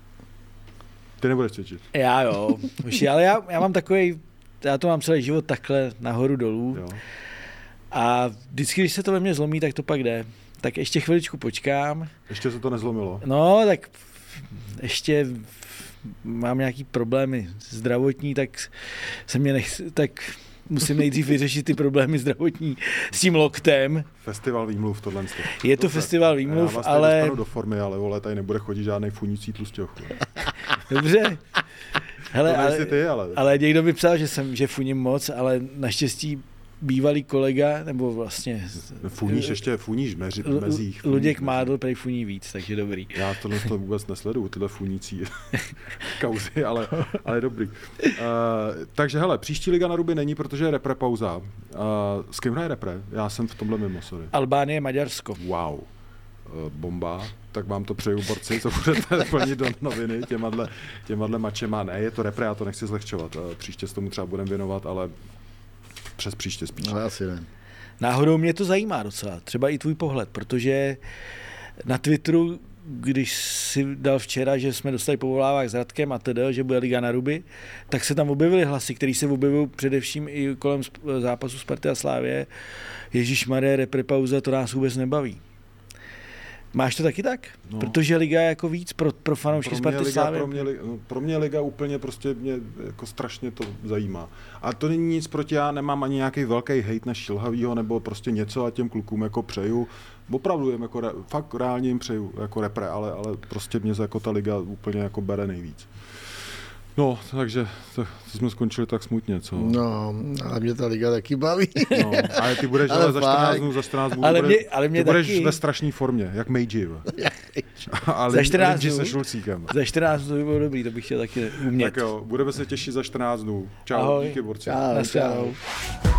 Ty nebudeš cvičit. Já jo, uši, ale já, já mám takový, já to mám celý život takhle nahoru dolů. Jo. A vždycky, když se to ve mně zlomí, tak to pak jde. Tak ještě chviličku počkám. Ještě se to nezlomilo? No, tak ještě mám nějaký problémy zdravotní, tak se mě nech, tak musím nejdřív vyřešit ty problémy zdravotní s tím loktem. Festival výmluv tohle. Je to Dobře. Festival výmluv, já vás ale... dostanu do formy, ale vole, tady nebude chodit žádnej funící tlusťoch. Dobře. Hele, ale, ty, ale... ale někdo by psal, že jsem, že funím moc, ale naštěstí bývalý kolega, nebo vlastně... Funíš ještě, funíš meři, mezích. Luděk Mádl prej funí víc, takže dobrý. Já tohle to vůbec nesleduju, tyhle funící kauzy, ale, ale dobrý. Uh, takže hele, příští liga na ruby není, protože je repre pauza. Uh, s kým hraje repre? Já jsem v tomhle mimo, sorry. Albánie, Maďarsko. Wow. Uh, bomba. Tak vám to přeju, borci, co budete plnit do noviny těmadle, těmadle mačema. Ne, je to repre, já to nechci zlehčovat. Uh, příště se tomu třeba budeme věnovat, ale přes příště spíš. Ale asi ne. Náhodou mě to zajímá docela, třeba i tvůj pohled, protože na Twitteru, když si dal včera, že jsme dostali povolávák s Radkem a tedy, že bude liga na ruby, tak se tam objevily hlasy, které se objevují především i kolem zápasu Sparty a Slávie. Ježišmaré, repre pauza, to nás vůbec nebaví. Máš to taky tak? No. Protože liga je jako víc pro, pro fanoušky Sparty Slávy. Pro mě, no, pro mě liga úplně prostě mě jako strašně to zajímá. A to není nic proti, já nemám ani nějaký velký hejt na Šilhavýho nebo prostě něco a těm klukům jako přeju. Opravdu jim jako, fakt reálně jim přeju jako repre, ale, ale prostě mě jako ta liga úplně jako bere nejvíc. No, takže to, to jsme skončili tak smutně, co? No, ale mě ta liga taky baví. No, ale ty budeš ale ale za čtrnáct dnů, za čtrnáct dnů, ale mě, ale mě ty budeš taky... ve strašné formě, jak Meiji. za čtrnáct dnů, se Šulcíkem. Za čtrnáct dnů by bylo dobrý, to bych chtěl taky umět. Tak jo, budeme se těšit za čtrnáct dnů. Čau, ahoj. Díky borci. Čau, čau.